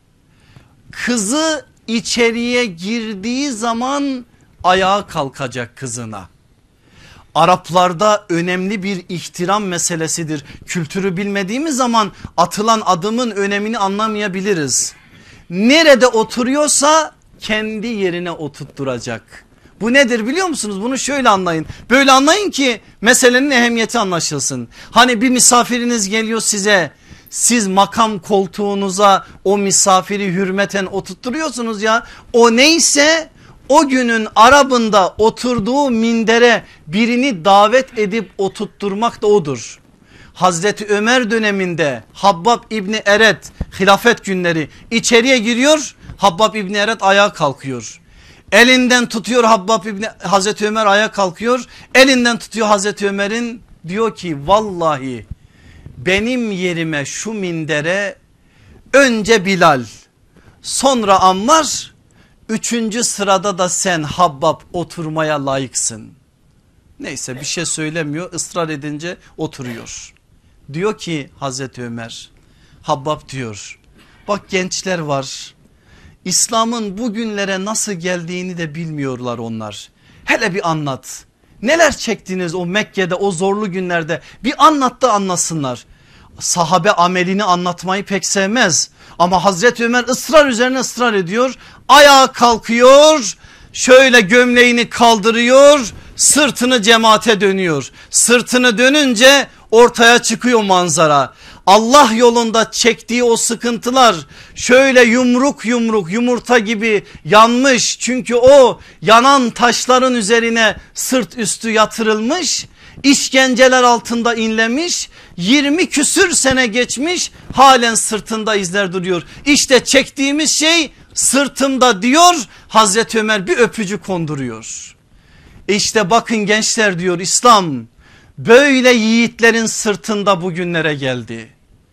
kızı içeriye girdiği zaman ayağa kalkacak kızına. Araplarda önemli bir ihtiram meselesidir. Kültürü bilmediğimiz zaman atılan adımın önemini anlamayabiliriz. Nerede oturuyorsa kendi yerine oturtturacak. Bu nedir biliyor musunuz? Bunu şöyle anlayın. Böyle anlayın ki meselenin ehemmiyeti anlaşılsın. Hani bir misafiriniz geliyor size, siz makam koltuğunuza o misafiri hürmeten oturtturuyorsunuz ya, o neyse o günün Arabında oturduğu mindere birini davet edip oturtturmak da odur. Hazreti Ömer döneminde Habbab İbni Eret, hilafet günleri, içeriye giriyor. Habbab İbni Eret ayağa kalkıyor. Elinden tutuyor Habbab İbni, Hazreti Ömer ayağa kalkıyor. Elinden tutuyor Hazreti Ömer'in, diyor ki vallahi benim yerime şu mindere önce Bilal, sonra Ammar, üçüncü sırada da sen Habbab oturmaya layıksın. Neyse, bir şey söylemiyor, ısrar edince oturuyor. Diyor ki Hazreti Ömer, Habbab diyor, bak gençler var, İslam'ın bugünlere nasıl geldiğini de bilmiyorlar onlar. Hele bir anlat, neler çektiniz o Mekke'de o zorlu günlerde, bir anlat da anlasınlar. Sahabe amelini anlatmayı pek sevmez ama Hazreti Ömer ısrar üzerine ısrar ediyor. Ayağa kalkıyor, şöyle gömleğini kaldırıyor, sırtını cemaate dönüyor. Sırtını dönünce ortaya çıkıyor manzara. Allah yolunda çektiği o sıkıntılar şöyle yumruk yumruk yumurta gibi yanmış. Çünkü o yanan taşların üzerine sırt üstü yatırılmış, işkenceler altında inlemiş, yirmi küsür sene geçmiş, halen sırtında izler duruyor. İşte çektiğimiz şey sırtımda diyor, Hazreti Ömer bir öpücük konduruyor. İşte bakın gençler diyor, İslam böyle yiğitlerin sırtında bugünlere geldi.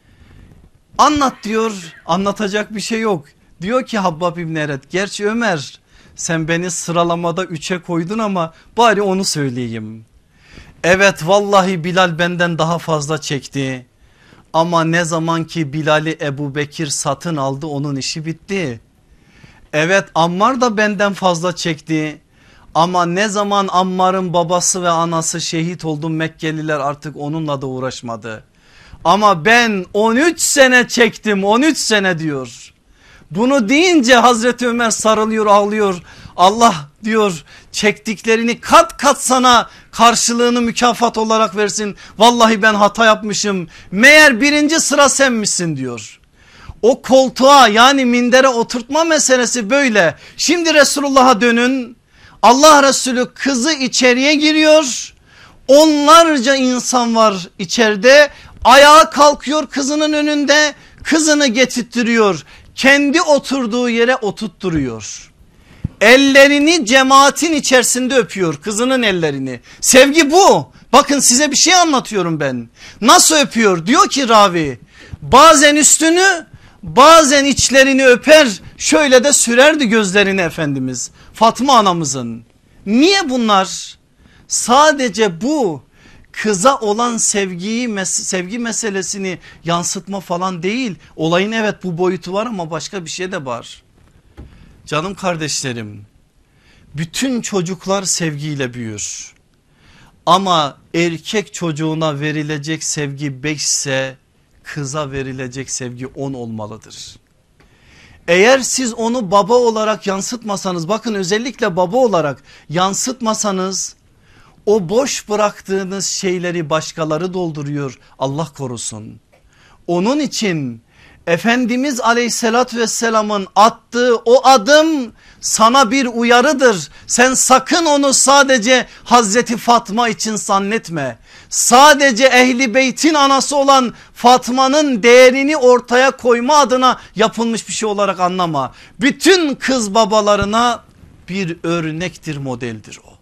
Anlat diyor, anlatacak bir şey yok. Diyor ki Habbab İbni Eret, gerçi Ömer sen beni sıralamada üçe koydun ama bari onu söyleyeyim. Evet, vallahi Bilal benden daha fazla çekti ama ne zaman ki Bilal'i Ebu Bekir satın aldı onun işi bitti. Evet, Ammar da benden fazla çekti ama ne zaman Ammar'ın babası ve anası şehit oldu Mekkeliler artık onunla da uğraşmadı. Ama ben on üç sene çektim, on üç sene diyor. Bunu deyince Hazreti Ömer sarılıyor, ağlıyor. Allah diyor çektiklerini kat kat sana karşılığını mükafat olarak versin. Vallahi ben hata yapmışım. Meğer birinci sıra sen misin diyor. O koltuğa, yani mindere oturtma meselesi böyle. Şimdi Resulullah'a dönün. Allah Resulü kızı içeriye giriyor. Onlarca insan var içeride. Ayağa kalkıyor kızının önünde. Kızını getirtiyor. Kendi oturduğu yere oturtturuyor. ellerini cemaatin içerisinde öpüyor, kızının ellerini. Sevgi bu. Bakın size bir şey anlatıyorum ben. Nasıl öpüyor? Diyor ki ravi, bazen üstünü bazen içlerini öper, şöyle de sürerdi gözlerini Efendimiz Fatma anamızın. Niye bunlar? Sadece bu kıza olan sevgiyi, sevgi meselesini yansıtma falan değil. Olayın evet bu boyutu var ama başka bir şey de var. Canım kardeşlerim, bütün çocuklar sevgiyle büyür. Ama erkek çocuğuna verilecek sevgi beş ise kıza verilecek sevgi on olmalıdır. Eğer siz onu baba olarak yansıtmasanız, bakın özellikle baba olarak yansıtmasanız, o boş bıraktığınız şeyleri başkaları dolduruyor, Allah korusun. Onun için Efendimiz aleyhissalatü vesselamın attığı o adım sana bir uyarıdır. Sen sakın onu sadece Hazreti Fatma için zannetme. Sadece Ehli Beyt'in anası olan Fatma'nın değerini ortaya koyma adına yapılmış bir şey olarak anlama. Bütün kız babalarına bir örnektir, modeldir o.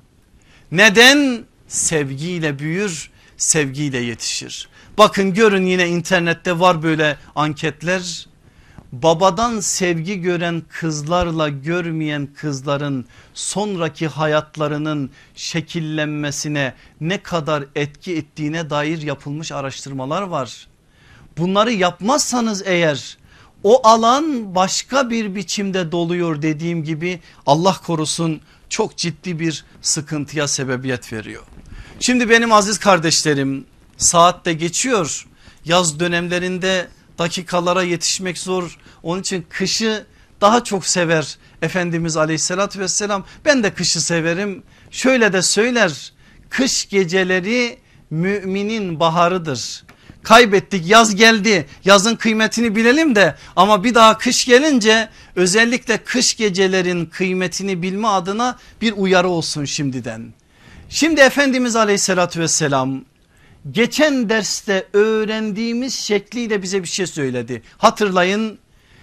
Neden? Sevgiyle büyür, sevgiyle yetişir. Bakın görün, yine internette var böyle anketler. Babadan sevgi gören kızlarla görmeyen kızların sonraki hayatlarının şekillenmesine ne kadar etki ettiğine dair yapılmış araştırmalar var. Bunları yapmazsanız eğer o alan başka bir biçimde doluyor, dediğim gibi Allah korusun, çok ciddi bir sıkıntıya sebebiyet veriyor. Şimdi benim aziz kardeşlerim, saat de geçiyor. Yaz dönemlerinde dakikalara yetişmek zor. Onun için kışı daha çok sever Efendimiz aleyhissalatü vesselam. Ben de kışı severim. Şöyle de söyler: kış geceleri müminin baharıdır. Kaybettik, yaz geldi, yazın kıymetini bilelim de, ama bir daha kış gelince özellikle kış gecelerin kıymetini bilme adına bir uyarı olsun şimdiden. Şimdi Efendimiz aleyhissalatü vesselam geçen derste öğrendiğimiz şekliyle bize bir şey söyledi. Hatırlayın,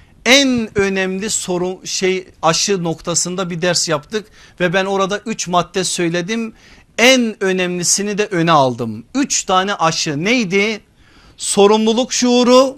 en önemli sorun şey aşı noktasında bir ders yaptık ve ben orada üç madde söyledim. En önemlisini de öne aldım. Üç tane aşı neydi? Sorumluluk şuuru,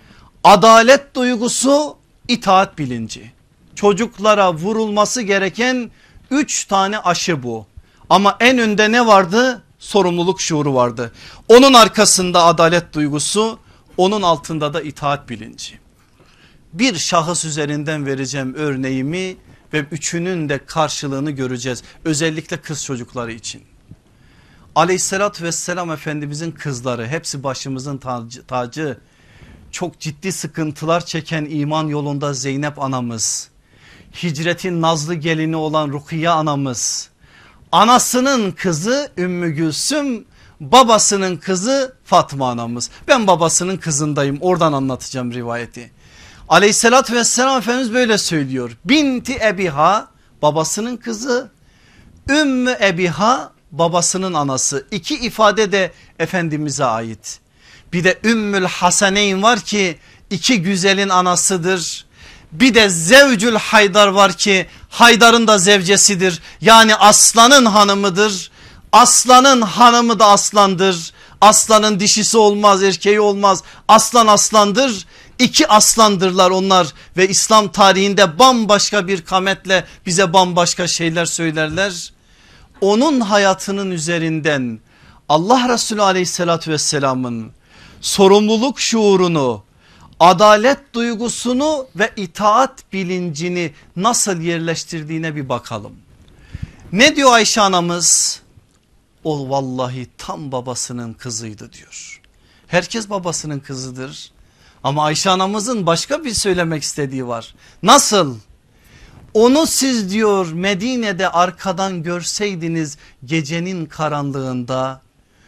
adalet duygusu, itaat bilinci. Çocuklara vurulması gereken üç tane aşı bu. Ama en önde ne vardı? Sorumluluk şuuru vardı. Onun arkasında adalet duygusu, onun altında da itaat bilinci. Bir şahıs üzerinden vereceğim örneğimi ve üçünün de karşılığını göreceğiz. Özellikle kız çocukları için. Aleyhissalatü vesselam Efendimizin kızları, hepsi başımızın tacı, tacı. Çok ciddi sıkıntılar çeken iman yolunda Zeynep anamız, hicretin nazlı gelini olan Rukiye anamız, anasının kızı Ümmü Gülsüm, babasının kızı Fatma anamız. Ben babasının kızındayım, oradan anlatacağım rivayeti. Aleyhissalatü vesselam Efendimiz böyle söylüyor: Binti Ebiha, babasının kızı, Ümmü Ebiha, babasının anası. İki ifade de Efendimiz'e ait. Bir de Ümmül Hasaneyn var ki iki güzelin anasıdır. Bir de Zevcül Haydar var ki Haydar'ın da zevcesidir. Yani aslanın hanımıdır. Aslanın hanımı da aslandır. Aslanın dişisi olmaz, erkeği olmaz. Aslan aslandır. İki aslandırlar onlar ve İslam tarihinde bambaşka bir kametle bize bambaşka şeyler söylerler. Onun hayatının üzerinden Allah Resulü aleyhissalatü vesselamın sorumluluk şuurunu, adalet duygusunu ve itaat bilincini nasıl yerleştirdiğine bir bakalım. Ne diyor Ayşe anamız? O vallahi tam babasının kızıydı diyor. Herkes babasının kızıdır ama Ayşe anamızın başka bir söylemek istediği var. Nasıl? Onu siz diyor Medine'de arkadan görseydiniz gecenin karanlığında,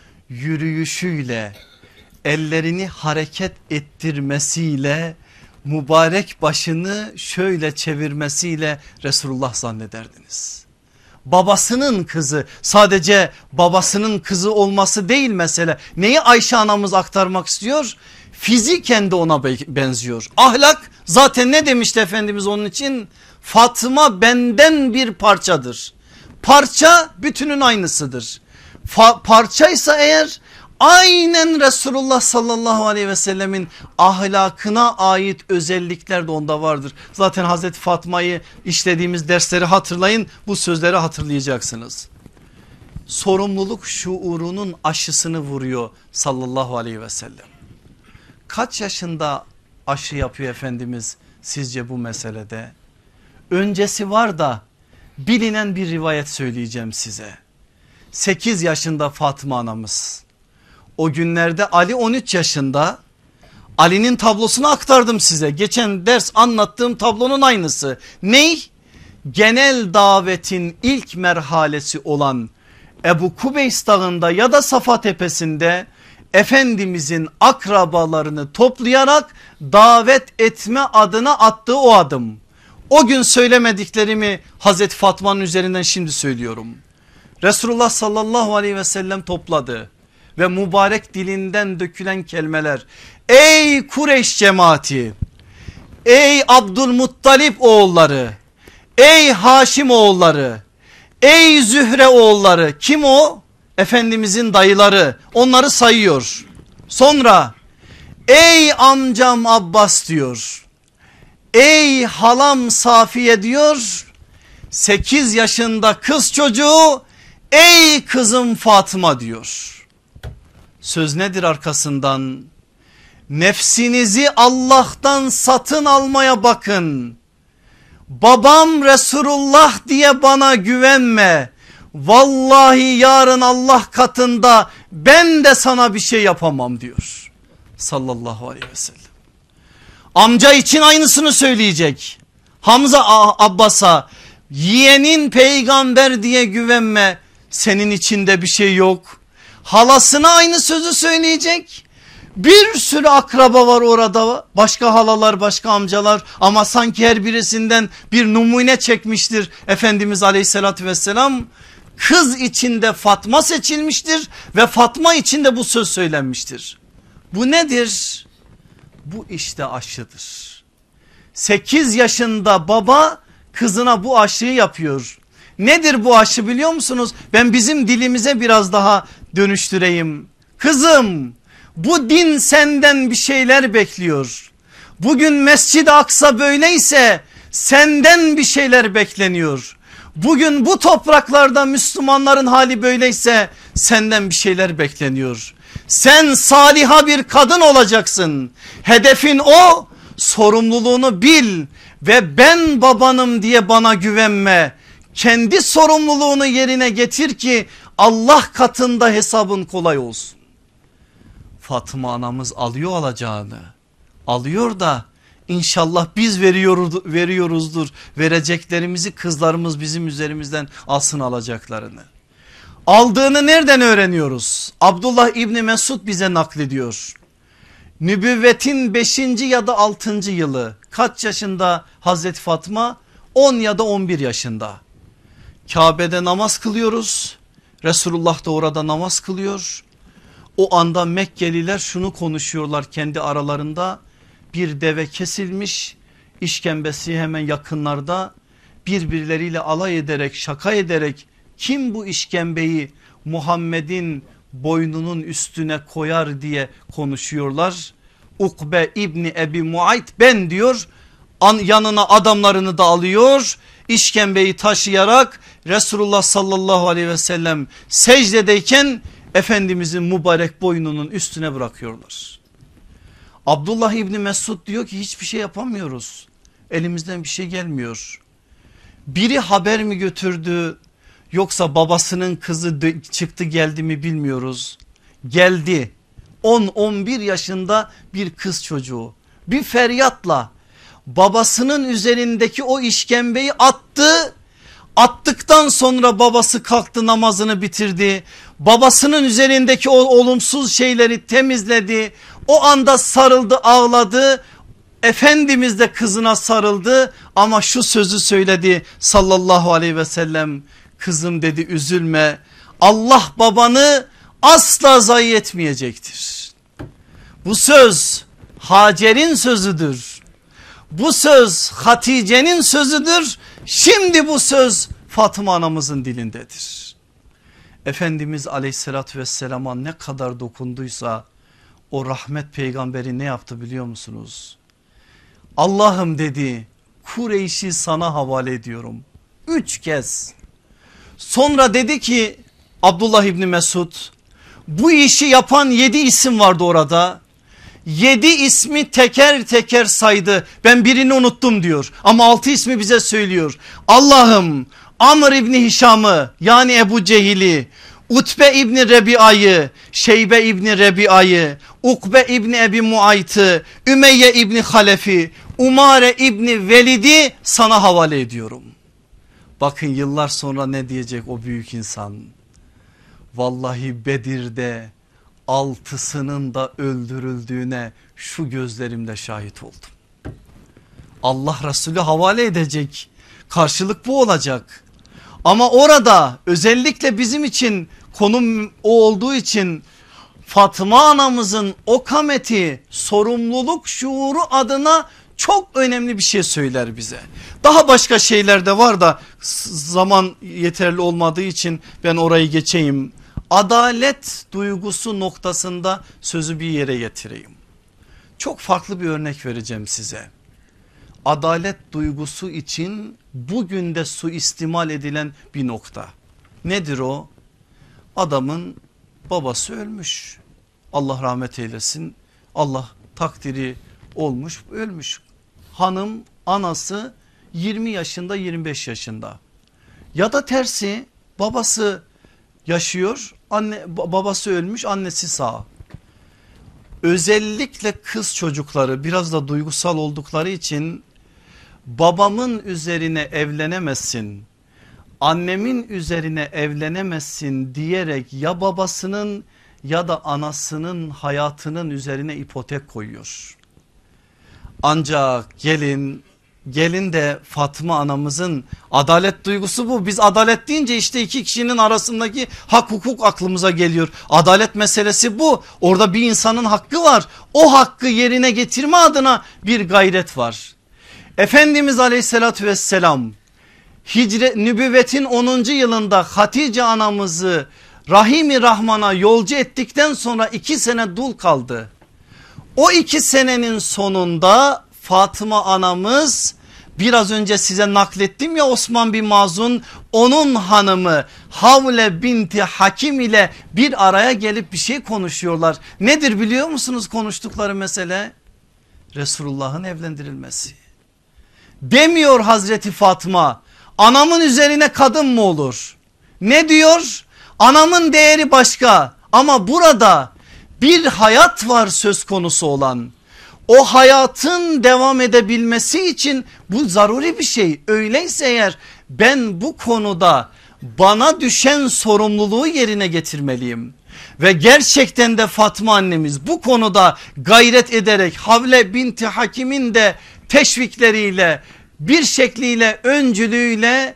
yürüyüşüyle, ellerini hareket ettirmesiyle, mübarek başını şöyle çevirmesiyle Resulullah zannederdiniz. Babasının kızı, sadece babasının kızı olması değil mesele. Neyi Ayşe anamız aktarmak istiyor? Fiziken de ona benziyor. Ahlak zaten ne demişti Efendimiz onun için? Fatma benden bir parçadır. Parça bütünün aynısıdır. Fa parçaysa eğer aynen Resulullah sallallahu aleyhi ve sellemin ahlakına ait özellikler de onda vardır. Zaten Hazreti Fatma'yı işlediğimiz dersleri hatırlayın, bu sözleri hatırlayacaksınız. Sorumluluk şuurunun aşısını vuruyor sallallahu aleyhi ve sellem. Kaç yaşında aşı yapıyor Efendimiz sizce bu meselede? Öncesi var da bilinen bir rivayet söyleyeceğim size. sekiz yaşında Fatıma anamız. O günlerde Ali on üç yaşında. Ali'nin tablosunu aktardım size. Geçen ders anlattığım tablonun aynısı. Ney? Genel davetin ilk merhalesi olan Ebu Kubeys Dağı'nda ya da Safa Tepesi'nde Efendimizin akrabalarını toplayarak davet etme adına attığı o adım. O gün söylemediklerimi Hazreti Fatma'nın üzerinden şimdi söylüyorum. Resulullah sallallahu aleyhi ve sellem topladı ve mübarek dilinden dökülen kelimeler: ey Kureyş cemaati, ey Abdülmuttalip oğulları, ey Haşim oğulları, ey Zühre oğulları. Kim o? Efendimizin dayıları, onları sayıyor. Sonra ey amcam Abbas diyor, ey halam Safiye diyor, sekiz yaşında kız çocuğu ey kızım Fatıma diyor. Söz nedir arkasından? Nefsinizi Allah'tan satın almaya bakın. Babam Resulullah diye bana güvenme. Vallahi yarın Allah katında ben de sana bir şey yapamam diyor sallallahu aleyhi ve sellem. Amca için aynısını söyleyecek. Hamza Abbas'a, yeğenin peygamber diye güvenme, senin içinde bir şey yok. Halasına aynı sözü söyleyecek. Bir sürü akraba var orada, başka halalar, başka amcalar, ama sanki her birisinden bir numune çekmiştir Efendimiz aleyhissalatü vesselam. Kız içinde Fatma seçilmiştir ve Fatma içinde bu söz söylenmiştir. Bu nedir? Bu işte aşıdır. sekiz yaşında baba kızına bu aşıyı yapıyor. Nedir bu aşı biliyor musunuz? Ben bizim dilimize biraz daha dönüştüreyim. Kızım, bu din senden bir şeyler bekliyor. Bugün Mescid-i Aksa böyleyse senden bir şeyler bekleniyor. Bugün bu topraklarda Müslümanların hali böyleyse senden bir şeyler bekleniyor. Sen saliha bir kadın olacaksın. Hedefin o, sorumluluğunu bil ve ben babanım diye bana güvenme. Kendi sorumluluğunu yerine getir ki Allah katında hesabın kolay olsun. Fatıma anamız alıyor alacağını, alıyor da İnşallah biz veriyoruz, veriyoruzdur. Vereceklerimizi kızlarımız bizim üzerimizden alsın alacaklarını. Aldığını nereden öğreniyoruz? Abdullah İbni Mesud bize naklediyor. Nübüvvetin beşinci ya da altıncı yılı, kaç yaşında Hazreti Fatma? on ya da on bir yaşında. Kabe'de namaz kılıyoruz. Resulullah da orada namaz kılıyor. O anda Mekkeliler şunu konuşuyorlar kendi aralarında. Bir deve kesilmiş, işkembesi hemen yakınlarda, birbirleriyle alay ederek, şaka ederek kim bu işkembeyi Muhammed'in boynunun üstüne koyar diye konuşuyorlar. Ukbe İbni Ebi Muayt ben diyor, an, yanına adamlarını da alıyor, işkembeyi taşıyarak Resulullah sallallahu aleyhi ve sellem secdedeyken Efendimizin mübarek boynunun üstüne bırakıyorlar. Abdullah İbni Mesud diyor ki hiçbir şey yapamıyoruz. Elimizden bir şey gelmiyor. Biri haber mi götürdü yoksa babasının kızı çıktı geldi mi bilmiyoruz. Geldi. on on bir yaşında bir kız çocuğu bir feryatla babasının üzerindeki o işkembeyi attı. Attıktan sonra babası kalktı, namazını bitirdi. Babasının üzerindeki o olumsuz şeyleri temizledi. O anda sarıldı, ağladı. Efendimiz de kızına sarıldı ama şu sözü söyledi sallallahu aleyhi ve sellem. Kızım dedi, üzülme, Allah babanı asla zayi etmeyecektir. Bu söz Hacer'in sözüdür. Bu söz Hatice'nin sözüdür. Şimdi bu söz Fatıma anamızın dilindedir. Efendimiz aleyhissalatü vesselama ne kadar dokunduysa o rahmet peygamberi ne yaptı biliyor musunuz? Allah'ım dedi, Kureyş'i sana havale ediyorum. Üç kez. Sonra dedi ki Abdullah İbni Mesud, bu işi yapan yedi isim vardı orada. Yedi ismi teker teker saydı. Ben birini unuttum diyor ama altı ismi bize söylüyor. Allah'ım Amr İbni Hişam'ı yani Ebu Cehil'i, Utbe İbni Rebi'ayı, Şeybe İbni Rebi'ayı, Ukbe İbni Ebi Muayt'ı, Ümeyye İbni Halef'i, Umare İbni Velid'i sana havale ediyorum. Bakın yıllar sonra ne diyecek o büyük insan? Vallahi Bedir'de altısının da öldürüldüğüne şu gözlerimle şahit oldum. Allah Resulü havale edecek, karşılık bu olacak. Ama orada özellikle bizim için konum o olduğu için Fatıma anamızın o kameti, sorumluluk şuuru adına çok önemli bir şey söyler bize. Daha başka şeyler de var da zaman yeterli olmadığı için ben orayı geçeyim. Adalet duygusu noktasında sözü bir yere getireyim. Çok farklı bir örnek vereceğim size. Adalet duygusu için bugün de suistimal edilen bir nokta. Nedir o? Adamın babası ölmüş. Allah rahmet eylesin. Allah takdiri olmuş, ölmüş. Hanım, anası yirmi yaşında, yirmi beş yaşında. Ya da tersi, babası yaşıyor, anne babası ölmüş, annesi sağ. Özellikle kız çocukları biraz da duygusal oldukları için babamın üzerine evlenemezsin, annemin üzerine evlenemezsin diyerek ya babasının ya da anasının hayatının üzerine ipotek koyuyor. Ancak gelin gelin de Fatma anamızın adalet duygusu bu. Biz adalet deyince işte iki kişinin arasındaki hak hukuk aklımıza geliyor. Adalet meselesi bu. Orada bir insanın hakkı var. O hakkı yerine getirme adına bir gayret var. Efendimiz aleyhissalatü vesselam hicret, nübüvvetin onuncu yılında Hatice anamızı Rahim-i Rahman'a yolcu ettikten sonra iki sene dul kaldı. O iki senenin sonunda Fatıma anamız, biraz önce size naklettim ya Osman bin Mazun, onun hanımı Havle binti Hakim ile bir araya gelip bir şey konuşuyorlar. Nedir biliyor musunuz konuştukları mesele? Resulullah'ın evlendirilmesi. Demiyor Hazreti Fatma, anamın üzerine kadın mı olur? Ne diyor? Anamın değeri başka ama burada bir hayat var söz konusu olan. O hayatın devam edebilmesi için bu zaruri bir şey. Öyleyse eğer ben bu konuda bana düşen sorumluluğu yerine getirmeliyim. Ve gerçekten de Fatma annemiz bu konuda gayret ederek Havle binti Hakim'in de teşvikleriyle bir şekliyle öncülüğüyle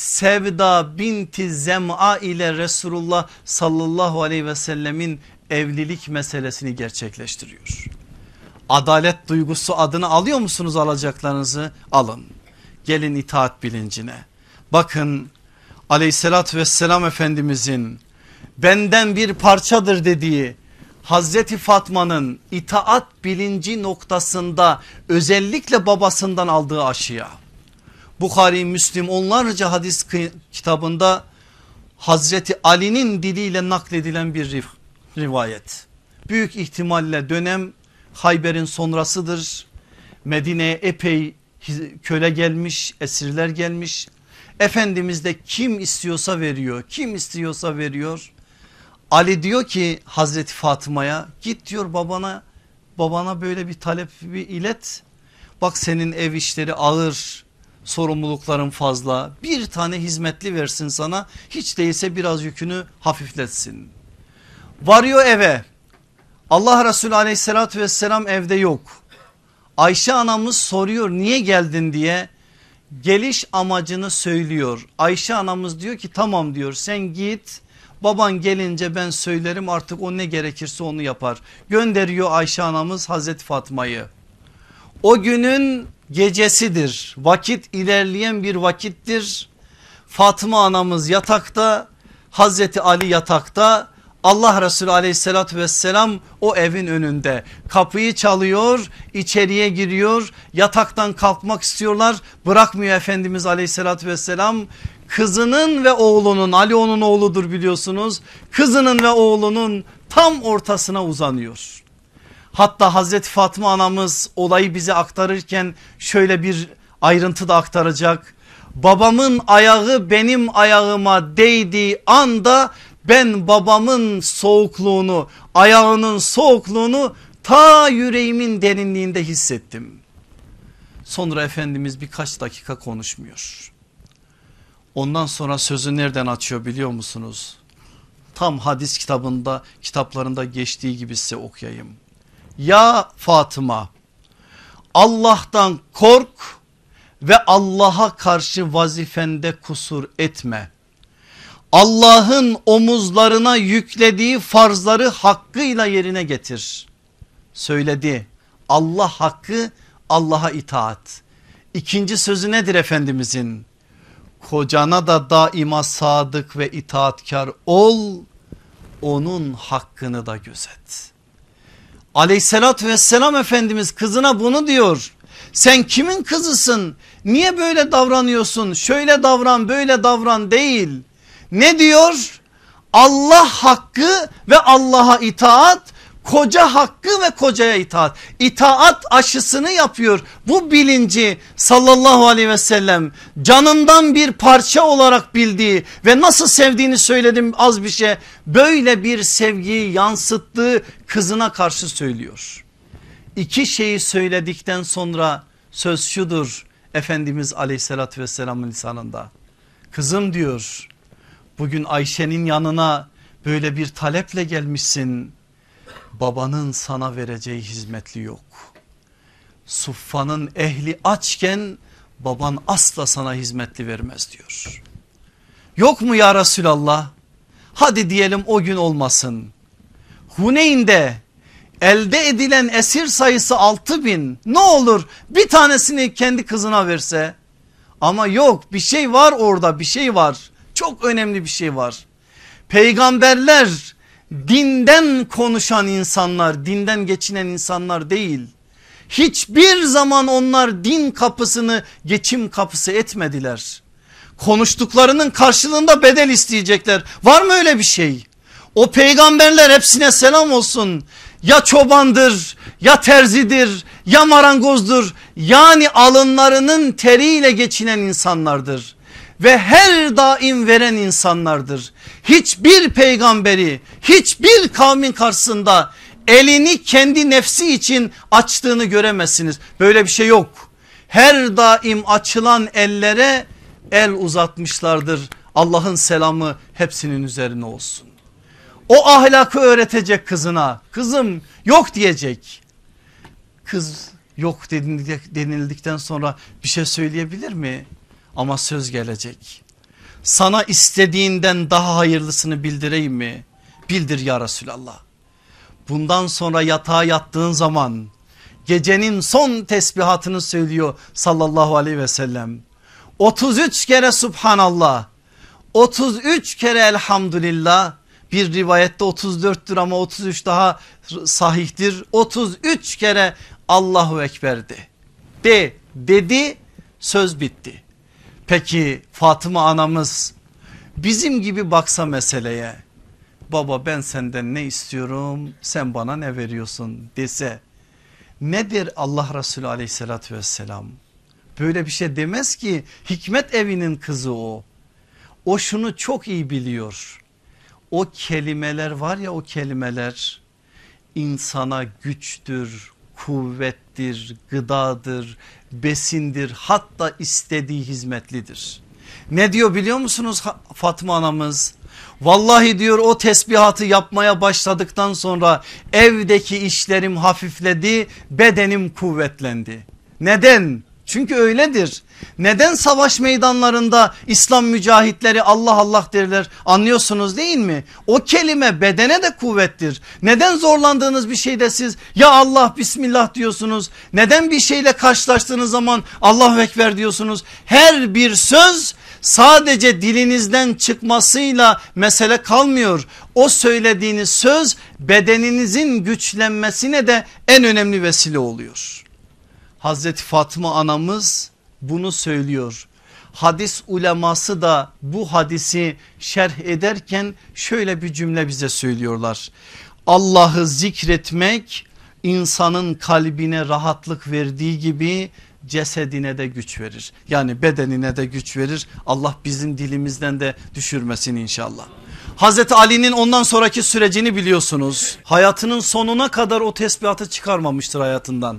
Sevda binti Zem'a ile Resulullah sallallahu aleyhi ve sellemin evlilik meselesini gerçekleştiriyor. Adalet duygusu adını alıyor musunuz, alacaklarınızı alın. Gelin itaat bilincine. Bakın aleyhissalatü vesselam Efendimizin benden bir parçadır dediği Hazreti Fatma'nın itaat bilinci noktasında özellikle babasından aldığı aşıya. Bukhari, Müslim onlarca hadis kitabında Hazreti Ali'nin diliyle nakledilen bir rivayet. Büyük ihtimalle dönem Hayber'in sonrasıdır. Medine'ye epey köle gelmiş, esirler gelmiş. Efendimiz de kim istiyorsa veriyor, kim istiyorsa veriyor. Ali diyor ki Hazreti Fatıma'ya, git diyor babana, babana böyle bir talep bir ilet. Bak senin ev işleri ağır, sorumlulukların fazla, bir tane hizmetli versin sana, hiç değilse biraz yükünü hafifletsin. Varıyor eve, Allah Resulü aleyhissalatü vesselam evde yok. Ayşe anamız soruyor niye geldin diye, geliş amacını söylüyor. Ayşe anamız diyor ki tamam diyor, sen git, baban gelince ben söylerim, artık o ne gerekirse onu yapar. Gönderiyor Ayşe anamız Hazreti Fatma'yı. O günün gecesidir. Vakit ilerleyen bir vakittir. Fatıma anamız yatakta, Hazreti Ali yatakta, Allah Resulü aleyhissalatü vesselam o evin önünde. Kapıyı çalıyor, içeriye giriyor, yataktan kalkmak istiyorlar, bırakmıyor Efendimiz aleyhissalatü vesselam. Kızının ve oğlunun, Ali onun oğludur biliyorsunuz, kızının ve oğlunun tam ortasına uzanıyor. Hatta Hazreti Fatıma anamız olayı bize aktarırken şöyle bir ayrıntı da aktaracak. Babamın ayağı benim ayağıma değdiği anda ben babamın soğukluğunu, ayağının soğukluğunu ta yüreğimin derinliğinde hissettim. Sonra Efendimiz birkaç dakika konuşmuyor. Ondan sonra sözü nereden açıyor biliyor musunuz? Tam hadis kitabında, kitaplarında geçtiği gibi size okuyayım. Ya Fatıma, Allah'tan kork ve Allah'a karşı vazifende kusur etme. Allah'ın omuzlarına yüklediği farzları hakkıyla yerine getir. Söyledi. Allah hakkı, Allah'a itaat. İkinci sözü nedir Efendimizin? Kocana da daima sadık ve itaatkar ol, onun hakkını da gözet. Aleyhissalatü vesselam Efendimiz kızına bunu diyor. Sen kimin kızısın? Niye böyle davranıyorsun? Şöyle davran, böyle davran değil. Ne diyor? Allah hakkı ve Allah'a itaat, koca hakkı ve kocaya itaat. İtaat aşısını yapıyor. Bu bilinci sallallahu aleyhi ve sellem canından bir parça olarak bildiği ve nasıl sevdiğini söyledim az bir şey. Böyle bir sevgiyi yansıttığı kızına karşı söylüyor. İki şeyi söyledikten sonra söz şudur Efendimiz aleyhissalatü vesselamın lisanında. Kızım diyor, bugün Ayşe'nin yanına böyle bir taleple gelmişsin. Babanın sana vereceği hizmetli yok. Suffanın ehli açken baban asla sana hizmetli vermez diyor. Yok mu ya Resulallah? Hadi diyelim o gün olmasın. Huneyn'de elde edilen esir sayısı altı bin, ne olur bir tanesini kendi kızına verse. Ama yok, bir şey var orada, bir şey var, çok önemli bir şey var. Peygamberler dinden konuşan insanlar, dinden geçinen insanlar değil. Hiçbir zaman onlar din kapısını geçim kapısı etmediler. Konuştuklarının karşılığında bedel isteyecekler. Var mı öyle bir şey? O peygamberler, hepsine selam olsun, ya çobandır, ya terzidir, ya marangozdur. Yani alınlarının teriyle geçinen insanlardır ve her daim veren insanlardır. Hiçbir peygamberi, hiçbir kavmin karşısında elini kendi nefsi için açtığını göremezsiniz. Böyle bir şey yok. Her daim açılan ellere el uzatmışlardır. Allah'ın selamı hepsinin üzerine olsun. O ahlakı öğretecek kızına. Kızım yok diyecek. Kız yok denildikten sonra bir şey söyleyebilir mi? Ama söz gelecek. Sana istediğinden daha hayırlısını bildireyim mi? Bildir ya Resulallah. Bundan sonra yatağa yattığın zaman gecenin son tesbihatını söylüyor sallallahu aleyhi ve sellem. otuz üç kere Subhanallah, otuz üç kere Elhamdülillah, bir rivayette otuz dörttür ama otuz üç daha sahihtir. otuz üç kere Allahu Ekber de. De dedi, söz bitti. Peki Fatıma anamız bizim gibi baksa meseleye, baba ben senden ne istiyorum, sen bana ne veriyorsun dese, nedir Allah Resulü aleyhissalatü vesselam? Böyle bir şey demez ki, hikmet evinin kızı o. O şunu çok iyi biliyor. O kelimeler var ya, o kelimeler insana güçtür, kuvvettir, gıdadır, besindir, hatta istediği hizmetlidir. Ne diyor biliyor musunuz Fatma anamız? Vallahi diyor o tesbihatı yapmaya başladıktan sonra evdeki işlerim hafifledi, bedenim kuvvetlendi. Neden? Çünkü öyledir. Neden savaş meydanlarında İslam mücahitleri Allah Allah derler, anlıyorsunuz değil mi? O kelime bedene de kuvvettir. Neden zorlandığınız bir şeyde siz ya Allah Bismillah diyorsunuz? Neden bir şeyle karşılaştığınız zaman Allahu Ekber diyorsunuz? Her bir söz sadece dilinizden çıkmasıyla mesele kalmıyor. O söylediğiniz söz bedeninizin güçlenmesine de en önemli vesile oluyor. Hazreti Fatıma anamız bunu söylüyor. Hadis uleması da bu hadisi şerh ederken şöyle bir cümle bize söylüyorlar. Allah'ı zikretmek insanın kalbine rahatlık verdiği gibi cesedine de güç verir. Yani bedenine de güç verir. Allah bizim dilimizden de düşürmesin inşallah. Hazreti Ali'nin ondan sonraki sürecini biliyorsunuz. Hayatının sonuna kadar o tesbihatı çıkarmamıştır hayatından.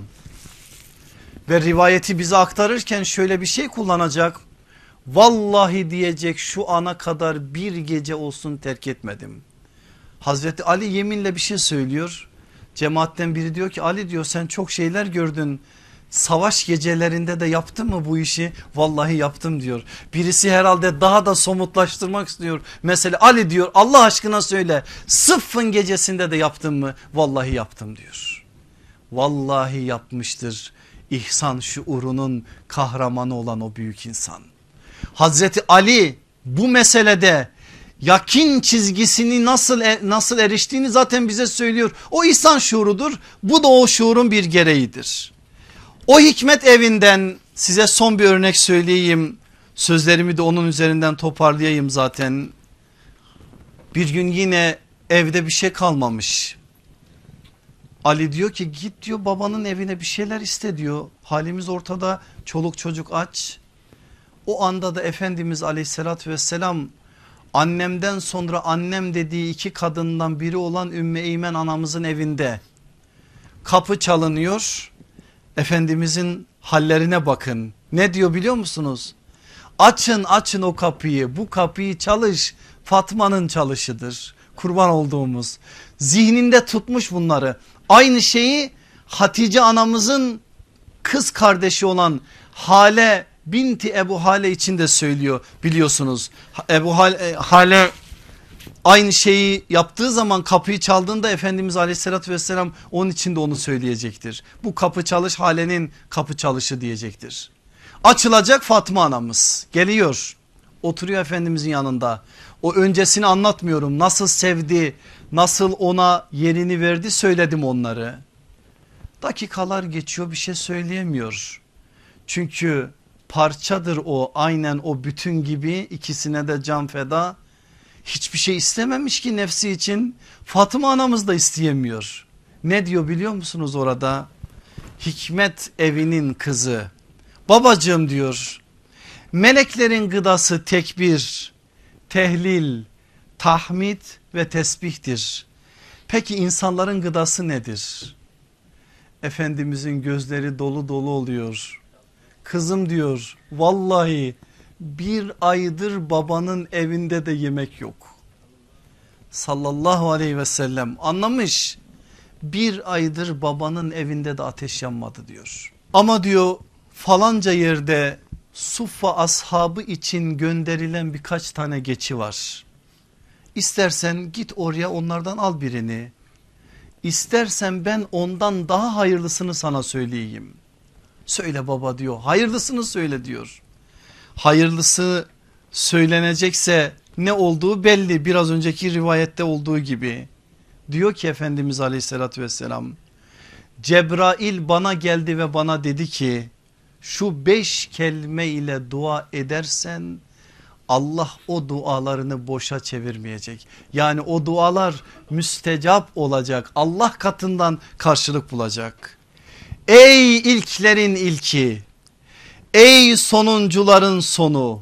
Ve rivayeti bize aktarırken şöyle bir şey kullanacak. Vallahi diyecek, şu ana kadar bir gece olsun terk etmedim. Hazreti Ali yeminle bir şey söylüyor. Cemaatten biri diyor ki Ali diyor sen çok şeyler gördün. Savaş gecelerinde de yaptın mı bu işi? Vallahi yaptım diyor. Birisi herhalde daha da somutlaştırmak istiyor. Mesela Ali diyor Allah aşkına söyle, Sıffın gecesinde de yaptın mı? Vallahi yaptım diyor. Vallahi yapmıştır. İhsan şuurunun kahramanı olan o büyük insan. Hazreti Ali bu meselede yakin çizgisini nasıl nasıl eriştiğini zaten bize söylüyor. O ihsan şuurudur. Bu da o şuurun bir gereğidir. O hikmet evinden size son bir örnek söyleyeyim. Sözlerimi de onun üzerinden toparlayayım zaten. Bir gün yine evde bir şey kalmamış. Ali diyor ki git diyor babanın evine bir şeyler iste diyor. Halimiz ortada, çoluk çocuk aç. O anda da Efendimiz aleyhissalatü vesselam annemden sonra annem dediği iki kadından biri olan Ümmü Eymen anamızın evinde. Kapı çalınıyor. Efendimizin hallerine bakın. Ne diyor biliyor musunuz? Açın açın o kapıyı, bu kapıyı çalış, Fatma'nın çalışıdır. Kurban olduğumuz. Zihninde tutmuş bunları. Aynı şeyi Hatice anamızın kız kardeşi olan Hale binti Ebu Hale için de söylüyor biliyorsunuz. Ebu Hale, Hale aynı şeyi yaptığı zaman kapıyı çaldığında Efendimiz aleyhissalatü vesselam onun için de onu söyleyecektir. Bu kapı çalış Hale'nin kapı çalışı diyecektir. Açılacak, Fatma anamız geliyor, oturuyor Efendimizin yanında. O öncesini anlatmıyorum, nasıl sevdi, nasıl ona yerini verdi söyledim onları. Dakikalar geçiyor, bir şey söyleyemiyor. Çünkü parçadır o, aynen o bütün gibi, ikisine de can feda. Hiçbir şey istememiş ki nefsi için. Fatıma anamız da isteyemiyor. Ne diyor biliyor musunuz orada? Hikmet evinin kızı. Babacığım diyor, meleklerin gıdası tekbir, tehlil, tahmid ve tesbihtir. Peki insanların gıdası nedir? Efendimizin gözleri dolu dolu oluyor. Kızım diyor, vallahi bir aydır babanın evinde de yemek yok. Sallallahu aleyhi ve sellem anlamış, bir aydır babanın evinde de ateş yanmadı diyor. Ama diyor falanca yerde Suffa ashabı için gönderilen birkaç tane geçi var. İstersen git oraya onlardan al birini. İstersen ben ondan daha hayırlısını sana söyleyeyim. Söyle baba diyor, hayırlısını söyle diyor. Hayırlısı söylenecekse ne olduğu belli, biraz önceki rivayette olduğu gibi. Diyor ki Efendimiz aleyhissalatü vesselam, Cebrail bana geldi ve bana dedi ki şu beş kelime ile dua edersen Allah o dualarını boşa çevirmeyecek. Yani o dualar müstecap olacak, Allah katından karşılık bulacak. Ey ilklerin ilki, ey sonuncuların sonu,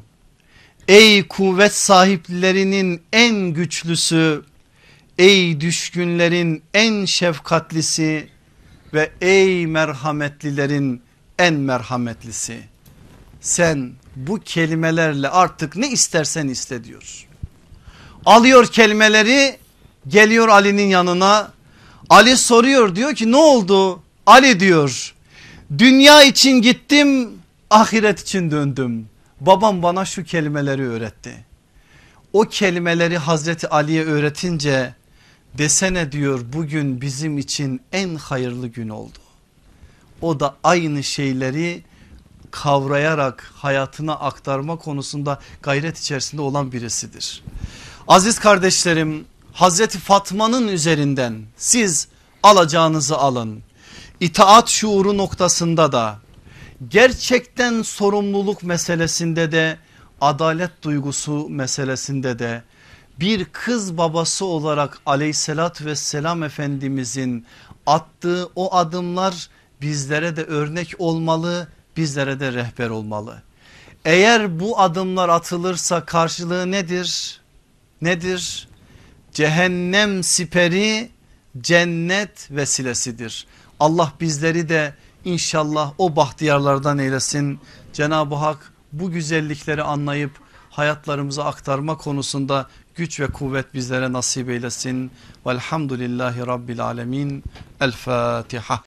ey kuvvet sahiplerinin en güçlüsü, ey düşkünlerin en şefkatlisi ve ey merhametlilerin en merhametlisi. Sen bu kelimelerle artık ne istersen iste diyor. Alıyor kelimeleri, geliyor Ali'nin yanına. Ali soruyor, diyor ki ne oldu? Ali diyor, dünya için gittim ahiret için döndüm. Babam bana şu kelimeleri öğretti. O kelimeleri Hazreti Ali'ye öğretince desene diyor bugün bizim için en hayırlı gün oldu. O da aynı şeyleri kavrayarak hayatına aktarma konusunda gayret içerisinde olan birisidir. Aziz kardeşlerim, Hazreti Fatma'nın üzerinden siz alacağınızı alın. İtaat şuuru noktasında da, gerçekten sorumluluk meselesinde de, adalet duygusu meselesinde de bir kız babası olarak aleyhissalatü vesselam Efendimizin attığı o adımlar bizlere de örnek olmalı, bizlere de rehber olmalı. Eğer bu adımlar atılırsa karşılığı nedir? Nedir? Cehennem siperi, cennet vesilesidir. Allah bizleri de İnşallah o bahtiyarlardan eylesin. Cenab-ı Hak bu güzellikleri anlayıp hayatlarımıza aktarma konusunda güç ve kuvvet bizlere nasip eylesin. Velhamdülillahi Rabbil alemin. El Fatiha.